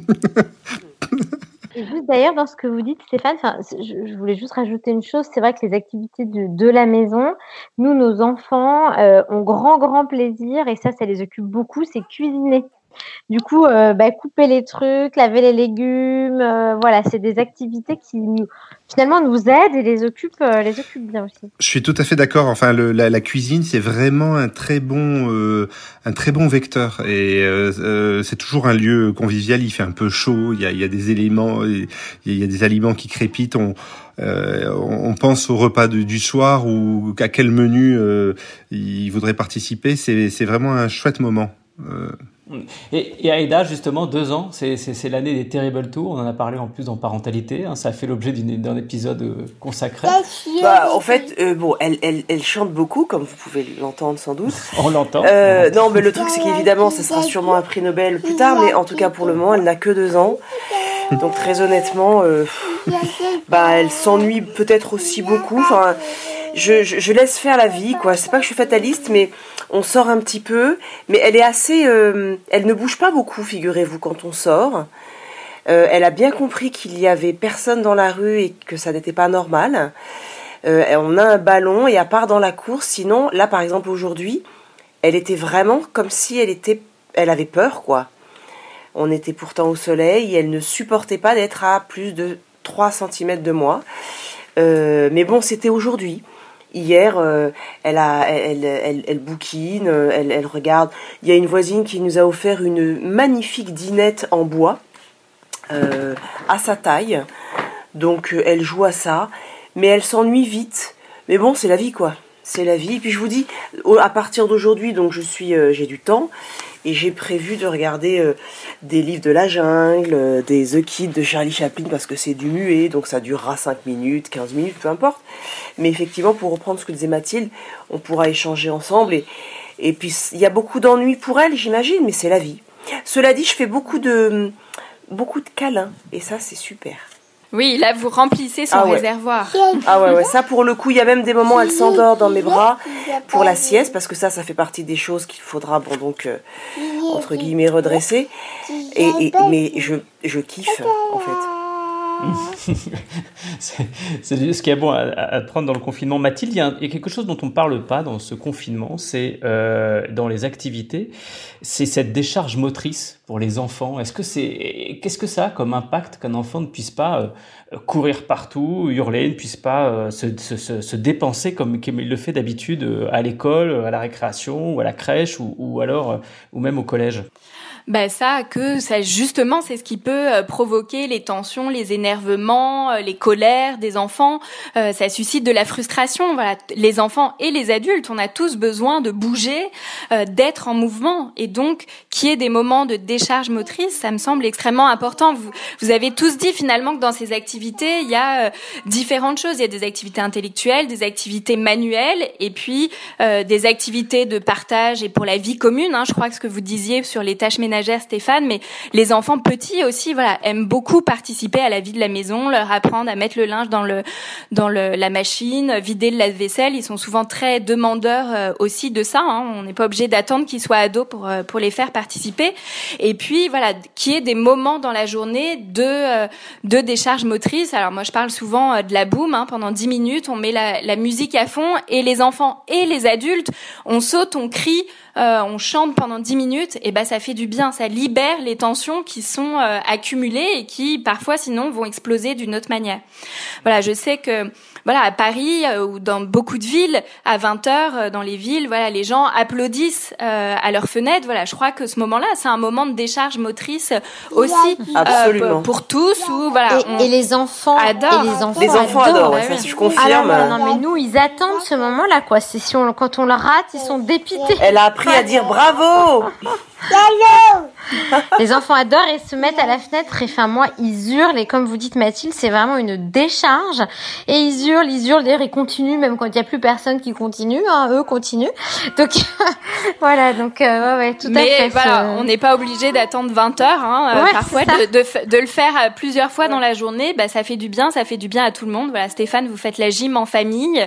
Et juste d'ailleurs, dans ce que vous dites, Stéphane, je, je voulais juste rajouter une chose. C'est vrai que les activités de, de la maison, nous, nos enfants, euh, ont grand, grand plaisir, et ça, ça les occupe beaucoup, c'est cuisiner. Du coup, euh, bah, couper les trucs, laver les légumes, euh, voilà, c'est des activités qui nous, finalement nous aident et les occupent, euh, les occupent bien aussi. Je suis tout à fait d'accord. Enfin, le, la, la cuisine, c'est vraiment un très bon, euh, un très bon vecteur. Et euh, euh, c'est toujours un lieu convivial. Il fait un peu chaud. Il y a, il y a des éléments, il y a des aliments qui crépitent. On Euh, on pense au repas du, du soir ou à quel menu euh, il voudrait participer. C'est, c'est vraiment un chouette moment. Euh... Et, et Aïda, justement, deux ans, c'est, c'est, c'est l'année des Terrible Tours. On en a parlé en plus dans Parentalité. Hein, ça a fait l'objet d'une, d'un épisode euh, consacré. Bah, en fait, euh, bon, elle, elle, elle chante beaucoup, comme vous pouvez l'entendre sans doute. On l'entend. Euh, non, mais le truc, c'est qu'évidemment, ça sera sûrement un prix Nobel plus tard, mais en tout cas, pour le moment, elle n'a que deux ans. Donc, très honnêtement, euh, bah, elle s'ennuie peut-être aussi beaucoup. Enfin, je, je, je laisse faire la vie, quoi. C'est pas que je suis fataliste, mais on sort un petit peu. Mais elle est assez... Euh, elle ne bouge pas beaucoup, figurez-vous, quand on sort. Euh, elle a bien compris qu'il y avait personne dans la rue et que ça n'était pas normal. Euh, on a un ballon et à part dans la course, sinon, là, par exemple, aujourd'hui, elle était vraiment comme si elle était... Elle avait peur, quoi. On était pourtant au soleil et elle ne supportait pas d'être à plus de trois centimètres de moi. Euh, mais bon, c'était aujourd'hui. Hier, euh, elle, a, elle, elle, elle bouquine, elle, elle regarde. Il y a une voisine qui nous a offert une magnifique dinette en bois, euh, à sa taille. Donc, elle joue à ça. Mais elle s'ennuie vite. Mais bon, c'est la vie, quoi. c'est la vie. Et puis je vous dis, à partir d'aujourd'hui, donc je suis, euh, j'ai du temps et j'ai prévu de regarder euh, des livres de la jungle, euh, des The Kid de Charlie Chaplin parce que c'est du muet, donc ça durera cinq minutes, quinze minutes, peu importe. Mais effectivement, pour reprendre ce que disait Mathilde, on pourra échanger ensemble et et puis il y a beaucoup d'ennuis pour elle, j'imagine, mais c'est la vie. Cela dit, je fais beaucoup de beaucoup de câlins et ça c'est super. Oui, là vous remplissez son ah ouais. réservoir. Ah ouais, ouais, ça pour le coup, il y a même des moments où elle s'endort dans mes bras pour la sieste, parce que ça, ça fait partie des choses qu'il faudra, bon donc, euh, entre guillemets, redresser. Et, et, mais je, je kiffe, en fait. c'est, c'est ce qui est bon à, à prendre dans le confinement. Mathilde, il y, a, il y a quelque chose dont on ne parle pas dans ce confinement, c'est euh, dans les activités, c'est cette décharge motrice pour les enfants. Est-ce que c'est, qu'est-ce que ça a comme impact qu'un enfant ne puisse pas euh, courir partout, hurler, ne puisse pas euh, se, se, se dépenser comme, comme il le fait d'habitude euh, à l'école, à la récréation ou à la crèche ou, ou alors euh, ou même au collège? Ben ça, que ça justement, c'est ce qui peut euh, provoquer les tensions, les énervements, euh, les colères des enfants. Euh, ça suscite de la frustration. Voilà, les enfants et les adultes, on a tous besoin de bouger, euh, d'être en mouvement, et donc qu'il y ait des moments de décharge motrice, ça me semble extrêmement important. Vous, vous avez tous dit finalement que dans ces activités, il y a euh, différentes choses. Il y a des activités intellectuelles, des activités manuelles, et puis euh, des activités de partage et pour la vie commune. Hein, je crois que ce que vous disiez sur les tâches ménagères, Stéphane, mais les enfants petits aussi, voilà, aiment beaucoup participer à la vie de la maison, leur apprendre à mettre le linge dans le dans le, la machine, vider le lave-vaisselle. Ils sont souvent très demandeurs euh, aussi de ça. Hein. On n'est pas obligé d'attendre qu'ils soient ados pour euh, pour les faire participer. Et puis voilà, qu'il y ait des moments dans la journée de euh, de décharge motrice. Alors moi, je parle souvent euh, de la boum. Hein. Pendant dix minutes, on met la, la musique à fond et les enfants et les adultes, on saute, on crie. Euh, on chante pendant dix minutes, et ben ça fait du bien, ça libère les tensions qui sont euh, accumulées et qui parfois sinon vont exploser d'une autre manière. Voilà, je sais que voilà, à Paris euh, ou dans beaucoup de villes, à vingt heures euh, dans les villes, voilà, les gens applaudissent euh, à leurs fenêtres. Voilà, je crois que ce moment-là, c'est un moment de décharge motrice aussi euh, pour, pour tous. Ou voilà, et, on et les enfants adorent. Et les enfants, les enfants adorent, adorent ouais, oui. ça, je confirme. Alors, non, mais nous, ils attendent ce moment-là, quoi. C'est si on, quand on le rate, ils sont dépités. Elle a appris à dire bravo. Les enfants adorent et se mettent à la fenêtre et enfin moi ils hurlent et comme vous dites Mathilde c'est vraiment une décharge et ils hurlent, ils hurlent d'ailleurs ils continuent même quand il n'y a plus personne qui continue, hein, eux continuent donc voilà donc euh, ouais, ouais tout mais à fait. Mais voilà, on n'est pas obligé d'attendre vingt heures hein, ouais, parfois de, de, de le faire plusieurs fois dans la journée, bah, ça fait du bien, ça fait du bien à tout le monde. Voilà, Stéphane, vous faites la gym en famille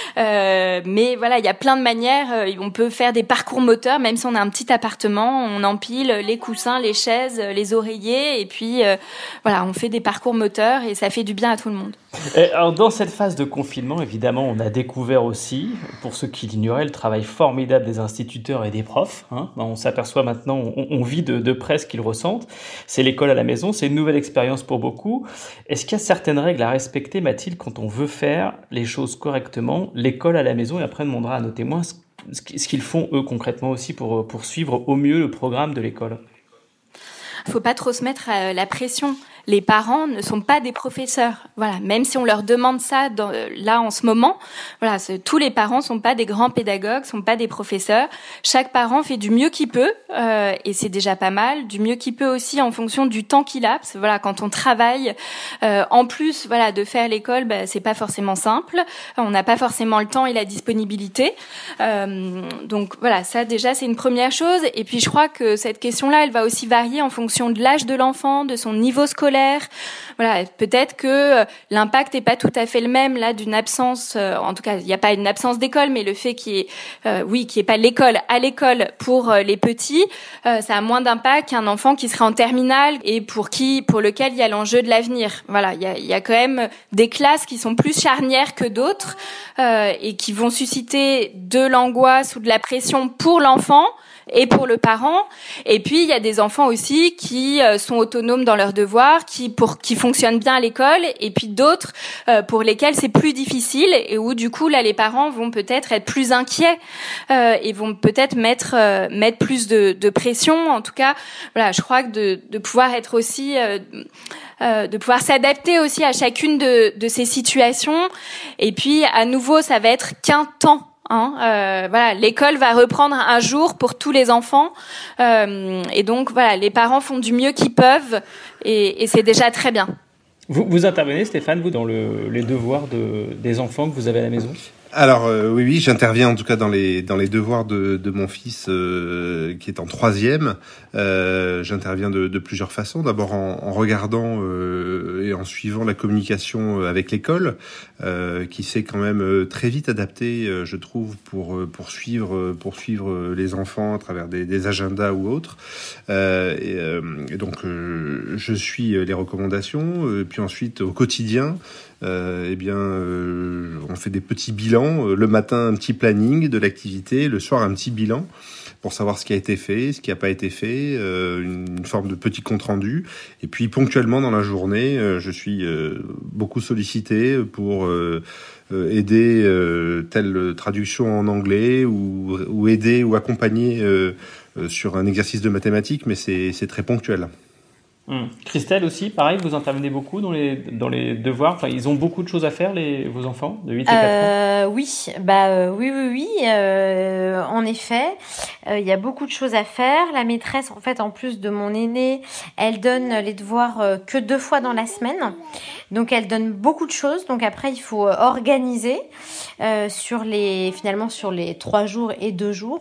euh, mais voilà, il y a plein de manières, on peut faire des parcours moteurs même si on a un petit appartement, on empile les coussins, les chaises, les oreillers, et puis euh, voilà, on fait des parcours moteurs et ça fait du bien à tout le monde. Et alors, dans cette phase de confinement, évidemment, on a découvert aussi, pour ceux qui l'ignoraient, le travail formidable des instituteurs et des profs. Hein. On s'aperçoit maintenant, on, on vit de, de près ce qu'ils ressentent. C'est l'école à la maison, c'est une nouvelle expérience pour beaucoup. Est-ce qu'il y a certaines règles à respecter, Mathilde, quand on veut faire les choses correctement, l'école à la maison, et après on demandera à nos témoins ce qu'ils font eux concrètement aussi pour, pour suivre au mieux le programme de l'école? Il ne faut pas trop se mettre la pression. Les parents ne sont pas des professeurs. Voilà, même si on leur demande ça dans, là en ce moment, voilà, tous les parents sont pas des grands pédagogues, sont pas des professeurs. Chaque parent fait du mieux qu'il peut euh, et c'est déjà pas mal. Du mieux qu'il peut aussi en fonction du temps qu'il a. Parce que, voilà, quand on travaille, euh, en plus, voilà, de faire l'école, bah, c'est pas forcément simple. On n'a pas forcément le temps et la disponibilité. Euh, donc voilà, ça déjà c'est une première chose. Et puis je crois que cette question-là, elle va aussi varier en fonction de l'âge de l'enfant, de son niveau scolaire. Voilà, peut-être que l'impact n'est pas tout à fait le même là d'une absence. Euh, en tout cas, il n'y a pas une absence d'école, mais le fait qu'il y ait, euh, oui, qu'il n'y ait pas l'école à l'école pour euh, les petits, euh, ça a moins d'impact qu'un enfant qui serait en terminale et pour qui, pour lequel il y a l'enjeu de l'avenir. Voilà, il y a, il y a quand même des classes qui sont plus charnières que d'autres euh, et qui vont susciter de l'angoisse ou de la pression pour l'enfant et pour le parent. Et puis il y a des enfants aussi qui euh, sont autonomes dans leurs devoirs, qui pour qui fonctionnent bien à l'école, et puis d'autres euh, pour lesquels c'est plus difficile et où du coup là les parents vont peut-être être plus inquiets euh, et vont peut-être mettre euh, mettre plus de, de pression. En tout cas, voilà, je crois que de de pouvoir être aussi euh, euh, de pouvoir s'adapter aussi à chacune de de ces situations. Et puis à nouveau, ça va être qu'un temps. Hein, euh, voilà, l'école va reprendre un jour pour tous les enfants, euh, et donc voilà, les parents font du mieux qu'ils peuvent, et, et c'est déjà très bien. Vous, vous intervenez, Stéphane, vous dans le, les devoirs de, des enfants que vous avez à la maison ? Alors euh, oui, oui, j'interviens en tout cas dans les dans les devoirs de, de mon fils euh, qui est en troisième. Euh, j'interviens de, de plusieurs façons. D'abord en, en regardant euh, et en suivant la communication avec l'école, euh, qui s'est quand même très vite adaptée, euh, je trouve, pour poursuivre poursuivre les enfants à travers des, des agendas ou autres. Euh, et, euh, et donc euh, je suis les recommandations. Et puis ensuite au quotidien. Euh, eh bien, euh, on fait des petits bilans. Le matin, un petit planning de l'activité. Le soir, un petit bilan pour savoir ce qui a été fait, ce qui n'a pas été fait, euh, une, une forme de petit compte-rendu. Et puis, ponctuellement dans la journée, euh, je suis euh, beaucoup sollicité pour euh, euh, aider euh, telle traduction en anglais ou, ou aider ou accompagner euh, euh, sur un exercice de mathématiques, mais c'est, c'est très ponctuel. Hum. Christelle aussi, pareil, vous intervenez beaucoup dans les, dans les devoirs. Enfin, ils ont beaucoup de choses à faire, les, vos enfants, de huit et quatre euh, ans. Oui, bah, euh, oui, oui, oui. Euh, en effet, euh, il y a beaucoup de choses à faire. La maîtresse, en fait, en plus de mon aîné, elle donne les devoirs euh, que deux fois dans la semaine. Donc, elle donne beaucoup de choses. Donc, après, il faut organiser euh, sur les, finalement, sur les trois jours et deux jours.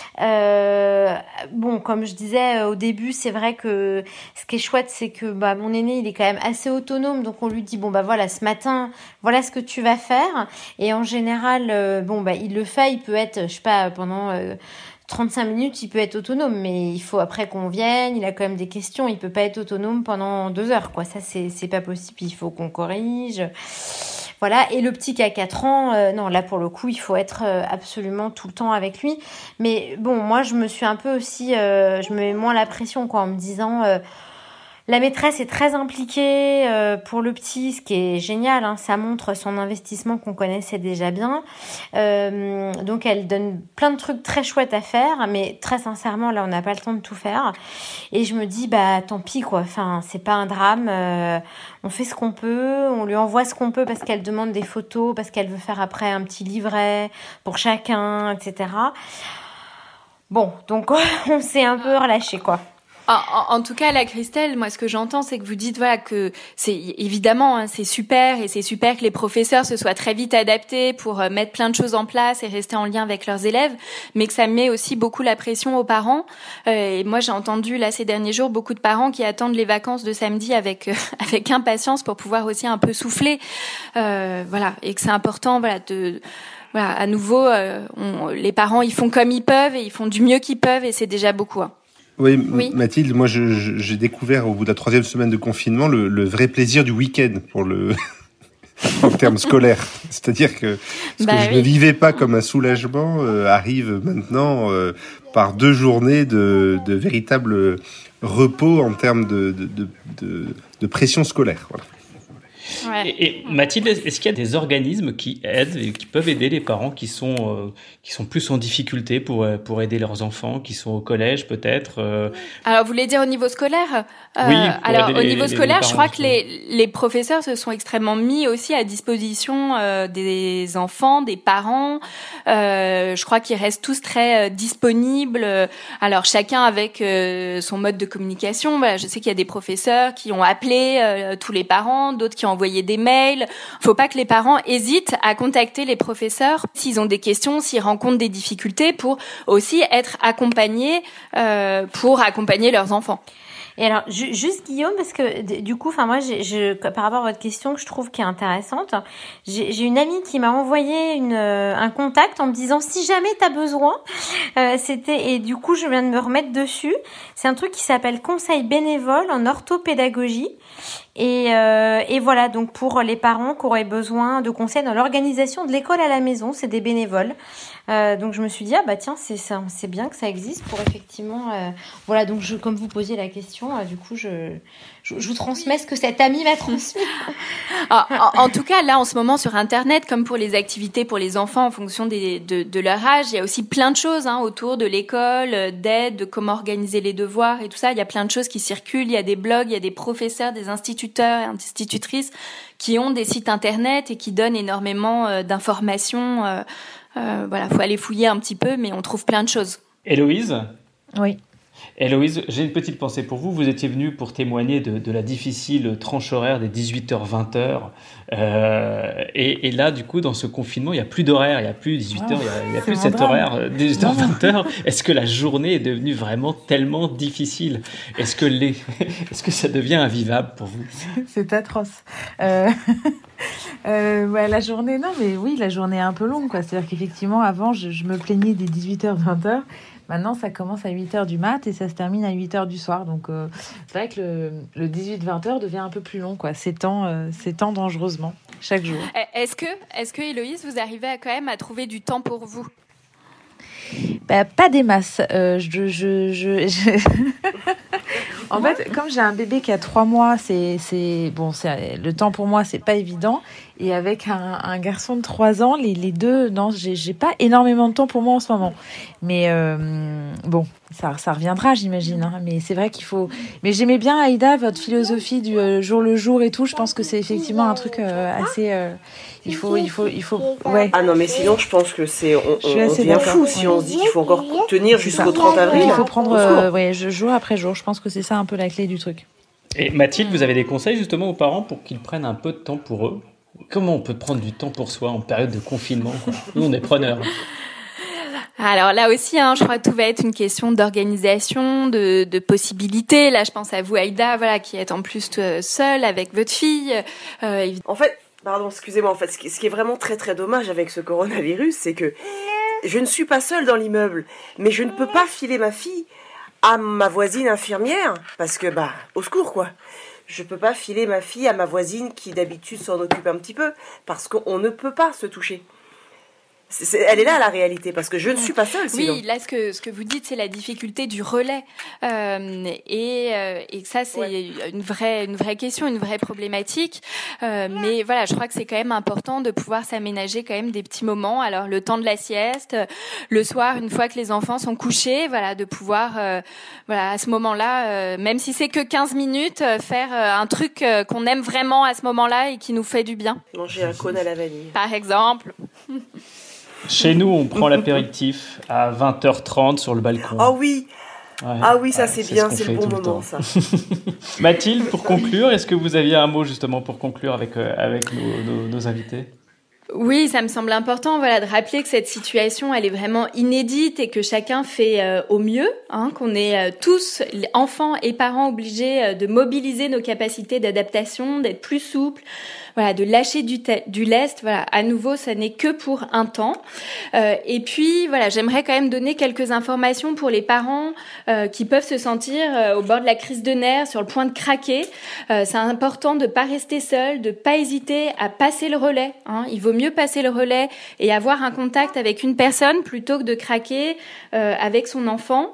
Euh, bon, comme je disais au début, c'est vrai que ce qui est chouette, c'est que bah, mon aîné, il est quand même assez autonome. Donc, on lui dit, bon, bah voilà, ce matin, voilà ce que tu vas faire. Et en général, euh, bon, bah, il le fait. Il peut être, je sais pas, pendant euh, trente-cinq minutes, il peut être autonome. Mais il faut après qu'on vienne. Il a quand même des questions. Il peut pas être autonome pendant deux heures, quoi. Ça, c'est, c'est pas possible. Il faut qu'on corrige. Voilà. Et le petit qui a quatre ans, euh, non, là, pour le coup, il faut être euh, absolument tout le temps avec lui. Mais bon, moi, je me suis un peu aussi, euh, je me mets moins la pression, quoi, en me disant, euh, la maîtresse est très impliquée euh, pour le petit, ce qui est génial, hein, ça montre son investissement qu'on connaissait déjà bien. Euh, donc elle donne plein de trucs très chouettes à faire, mais très sincèrement là on n'a pas le temps de tout faire. Et je me dis bah tant pis quoi, enfin c'est pas un drame, euh, on fait ce qu'on peut, on lui envoie ce qu'on peut parce qu'elle demande des photos, parce qu'elle veut faire après un petit livret pour chacun, et cetera. Bon donc on s'est un peu relâché quoi. En, en tout cas, la Christelle, moi, ce que j'entends, c'est que vous dites, voilà, que c'est évidemment, hein, c'est super, et c'est super que les professeurs se soient très vite adaptés pour euh, mettre plein de choses en place et rester en lien avec leurs élèves, mais que ça met aussi beaucoup la pression aux parents. Euh, et moi, j'ai entendu là ces derniers jours beaucoup de parents qui attendent les vacances de samedi avec euh, avec impatience pour pouvoir aussi un peu souffler, euh, voilà, et que c'est important, voilà, de voilà, à nouveau, euh, on, les parents, ils font comme ils peuvent et ils font du mieux qu'ils peuvent, et c'est déjà beaucoup. Hein. Oui, oui, Mathilde, moi je, je, j'ai découvert au bout de la troisième semaine de confinement le, le vrai plaisir du week-end pour le en termes scolaires. C'est-à-dire que ce bah que oui. je ne vivais pas comme un soulagement euh, arrive maintenant euh, par deux journées de, de véritable repos en termes de, de, de, de, de pression scolaire. Voilà. Ouais. Et, et Mathilde, est-ce qu'il y a des organismes qui aident et qui peuvent aider les parents qui sont euh, qui sont plus en difficulté pour pour aider leurs enfants, qui sont au collège peut-être euh... Alors vous voulez dire au niveau scolaire euh, Oui. Alors au les, niveau les, scolaire, les je crois que les les professeurs se sont extrêmement mis aussi à disposition euh, des enfants, des parents. Euh, je crois qu'ils restent tous très euh, disponibles. Alors chacun avec euh, son mode de communication. Voilà, je sais qu'il y a des professeurs qui ont appelé euh, tous les parents, d'autres qui ont envoyer des mails. Faut pas que les parents hésitent à contacter les professeurs s'ils ont des questions, s'ils rencontrent des difficultés, pour aussi être accompagnés, euh, pour accompagner leurs enfants. Et alors, ju- juste Guillaume, parce que du coup, enfin moi, j'ai, je, par rapport à votre question que je trouve qui est intéressante, j'ai, j'ai une amie qui m'a envoyé une, euh, un contact en me disant si jamais t'as besoin, euh, c'était et du coup, je viens de me remettre dessus. C'est un truc qui s'appelle Conseil bénévole en orthopédagogie. Et, euh, et voilà, donc pour les parents qui auraient besoin de conseils dans l'organisation de l'école à la maison, c'est des bénévoles. Euh, donc je me suis dit ah bah tiens c'est ça, c'est bien que ça existe pour effectivement euh, voilà donc je comme vous posiez la question euh, du coup je, je je vous transmets ce que cette amie m'a transmis. en, en, en tout cas là en ce moment sur internet, comme pour les activités pour les enfants en fonction des, de de leur âge, il y a aussi plein de choses hein, autour de l'école, d'aide, de comment organiser les devoirs et tout ça. Il y a plein de choses qui circulent, il y a des blogs, il y a des professeurs, des instituts instituteurs et institutrices qui ont des sites internet et qui donnent énormément euh, d'informations. Euh, euh, voilà, faut aller fouiller un petit peu, mais on trouve plein de choses. Héloïse ? Oui. Héloïse, j'ai une petite pensée pour vous. Vous étiez venue pour témoigner de, de la difficile tranche horaire des dix-huit heures vingt heures. Euh, et, et là, du coup, dans ce confinement, il n'y a plus d'horaire, il n'y a plus dix-huit heures, oh, il n'y a, a plus cet drame. Horaire dix-huit heures vingt heures. Est-ce que la journée est devenue vraiment tellement difficile ? Est-ce que, les... Est-ce que ça devient invivable pour vous ? C'est atroce. Euh... Euh, ouais, la journée, non, mais oui, la journée est un peu longue, quoi. C'est-à-dire qu'effectivement, avant, je, je me plaignais des dix-huit heures vingt heures. Maintenant, ça commence à huit heures du mat et ça se termine à huit heures du soir. Donc, euh, c'est vrai que le, le dix-huit vingt heures devient un peu plus long, quoi. S'étend, euh, s'étend dangereusement chaque jour. Est-ce que, est-ce que Héloïse, vous arrivez à, quand même à trouver du temps pour vous ? Bah, pas des masses. Euh, je, je, je, je... En fait, comme j'ai un bébé qui a trois mois, c'est, c'est bon, c'est le temps pour moi, c'est pas évident. Et avec un, un garçon de trois ans, les, les deux, non, j'ai, j'ai pas énormément de temps pour moi en ce moment. Mais euh, bon, ça, ça reviendra, j'imagine. Hein. Mais c'est vrai qu'il faut. Mais j'aimais bien, Aïda, votre philosophie du euh, jour le jour et tout. Je pense que c'est effectivement un truc euh, assez. Euh, il faut, il faut, il faut. Ouais. Ah non, mais sinon, je pense que c'est. On, on, on devient d'accord. fou si on se dit qu'il faut encore tenir jusqu'au trente avril. Il faut prendre, euh, ouais, jour après jour. Je pense que c'est ça un peu la clé du truc. Et Mathilde, vous avez des conseils justement aux parents pour qu'ils prennent un peu de temps pour eux ? Comment on peut prendre du temps pour soi en période de confinement, quoi ? Nous, on est preneurs. Alors là aussi, hein, je crois que tout va être une question d'organisation, de, de possibilités. Là, je pense à vous, Aïda, voilà, qui êtes en plus seule avec votre fille. Euh, en fait, pardon, excusez-moi. En fait, ce qui, ce qui est vraiment très très dommage avec ce coronavirus, c'est que je ne suis pas seule dans l'immeuble, mais je ne peux pas filer ma fille à ma voisine infirmière parce que, bah, au secours, quoi. Je peux pas filer ma fille à ma voisine qui d'habitude s'en occupe un petit peu parce qu'on ne peut pas se toucher. C'est, c'est, elle est là la réalité parce que je ne suis pas seule sinon. Oui, là ce que ce que vous dites c'est la difficulté du relais euh, et euh, et ça c'est ouais. une vraie une vraie question, une vraie problématique. Euh, mais voilà, je crois que c'est quand même important de pouvoir s'aménager quand même des petits moments. Alors le temps de la sieste, le soir une fois que les enfants sont couchés, voilà, de pouvoir euh, voilà à ce moment-là, euh, même si c'est que quinze minutes, euh, faire euh, un truc euh, qu'on aime vraiment à ce moment-là et qui nous fait du bien. Manger un cône à la vanille. Par exemple. Chez nous, on prend l'apéritif à vingt heures trente sur le balcon. Ah oui, ouais, ah oui, ça ouais, c'est, c'est bien, c'est le bon moment le ça. Mathilde, pour conclure, est-ce que vous aviez un mot justement pour conclure avec, euh, avec nos, nos, nos invités ? Oui, ça me semble important, voilà, de rappeler que cette situation, elle est vraiment inédite et que chacun fait euh, au mieux, hein, qu'on est euh, tous, enfants et parents, obligés euh, de mobiliser nos capacités d'adaptation, d'être plus souples, voilà, de lâcher du, te- du lest. Voilà, à nouveau, ça n'est que pour un temps. Euh, et puis, voilà, j'aimerais quand même donner quelques informations pour les parents euh, qui peuvent se sentir euh, au bord de la crise de nerfs, sur le point de craquer. Euh, c'est important de pas rester seul, de pas hésiter à passer le relais. Hein. Il vaut mieux passer le relais et avoir un contact avec une personne plutôt que de craquer euh, avec son enfant.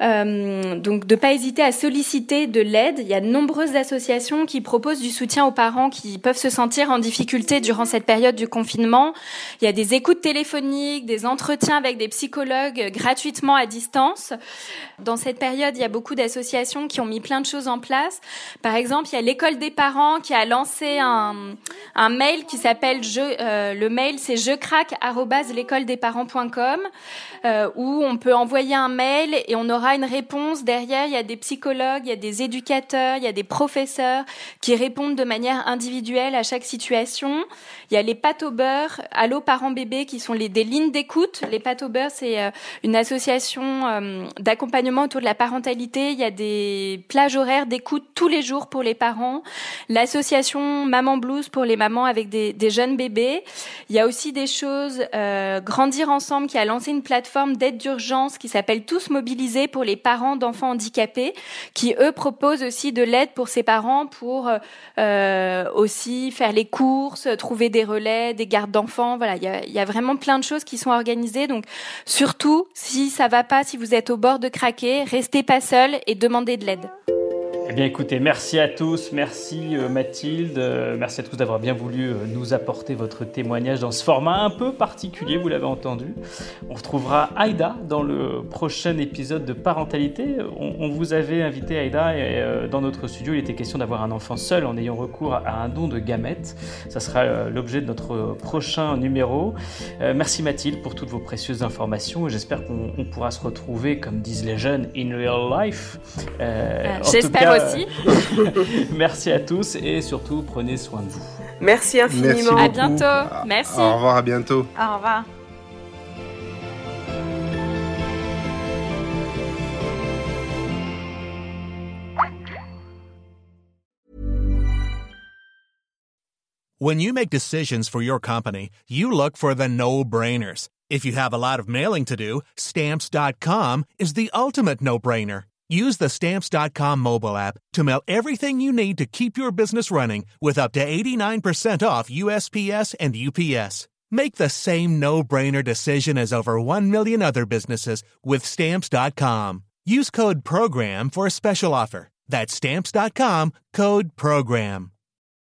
Euh, donc, de pas hésiter à solliciter de l'aide. Il y a de nombreuses associations qui proposent du soutien aux parents qui peuvent se sentir en difficulté durant cette période du confinement. Il y a des écoutes téléphoniques, des entretiens avec des psychologues gratuitement à distance. Dans cette période, il y a beaucoup d'associations qui ont mis plein de choses en place. Par exemple, il y a l'école des parents qui a lancé un, un mail qui s'appelle je, euh, le mail c'est je craque arobase l'école des parents point com euh, où on peut envoyer un mail et on aura une réponse. Derrière, il y a des psychologues, il y a des éducateurs, il y a des professeurs qui répondent de manière individuelle à chaque situation. Il y a les pâtes au beurre, Allo Parents Bébés, qui sont les, des lignes d'écoute. Les pâtes au beurre, c'est euh, une association euh, d'accompagnement autour de la parentalité. Il y a des plages horaires d'écoute tous les jours pour les parents. L'association Maman Blues pour les mamans avec des, des jeunes bébés. Il y a aussi des choses, euh, Grandir Ensemble, qui a lancé une plateforme d'aide d'urgence qui s'appelle Tous Mobilisés pour les parents d'enfants handicapés, qui eux proposent aussi de l'aide pour ces parents pour euh, aussi faire les courses, trouver des relais, des gardes d'enfants. Voilà, il y a, il y a vraiment plein de choses qui sont organisées. Donc, surtout, si ça va pas, si vous êtes au bord de craquer, restez pas seul et demandez de l'aide. Eh bien écoutez, merci à tous, merci euh, Mathilde, euh, merci à tous d'avoir bien voulu euh, nous apporter votre témoignage dans ce format un peu particulier, vous l'avez entendu. On retrouvera Aïda dans le prochain épisode de Parentalité. On, on vous avait invité Aïda et euh, dans notre studio, il était question d'avoir un enfant seul en ayant recours à un don de gamètes. Ça sera euh, l'objet de notre prochain numéro. Euh, merci Mathilde pour toutes vos précieuses informations. J'espère qu'on on pourra se retrouver, comme disent les jeunes, in real life. Euh, euh, j'espère cas, aussi. Merci à tous et surtout, prenez soin de vous. Merci infiniment. Merci à bientôt. Merci. Au revoir, à bientôt. Au revoir. When you make decisions for your company, you look for the no-brainers. If you have a lot of mailing to do, Stamps dot com is the ultimate no-brainer. Use the Stamps dot com mobile app to mail everything you need to keep your business running with up to eighty-nine percent off U S P S and U P S. Make the same no-brainer decision as over one million other businesses with Stamps dot com. Use code PROGRAM for a special offer. That's Stamps dot com, code PROGRAM.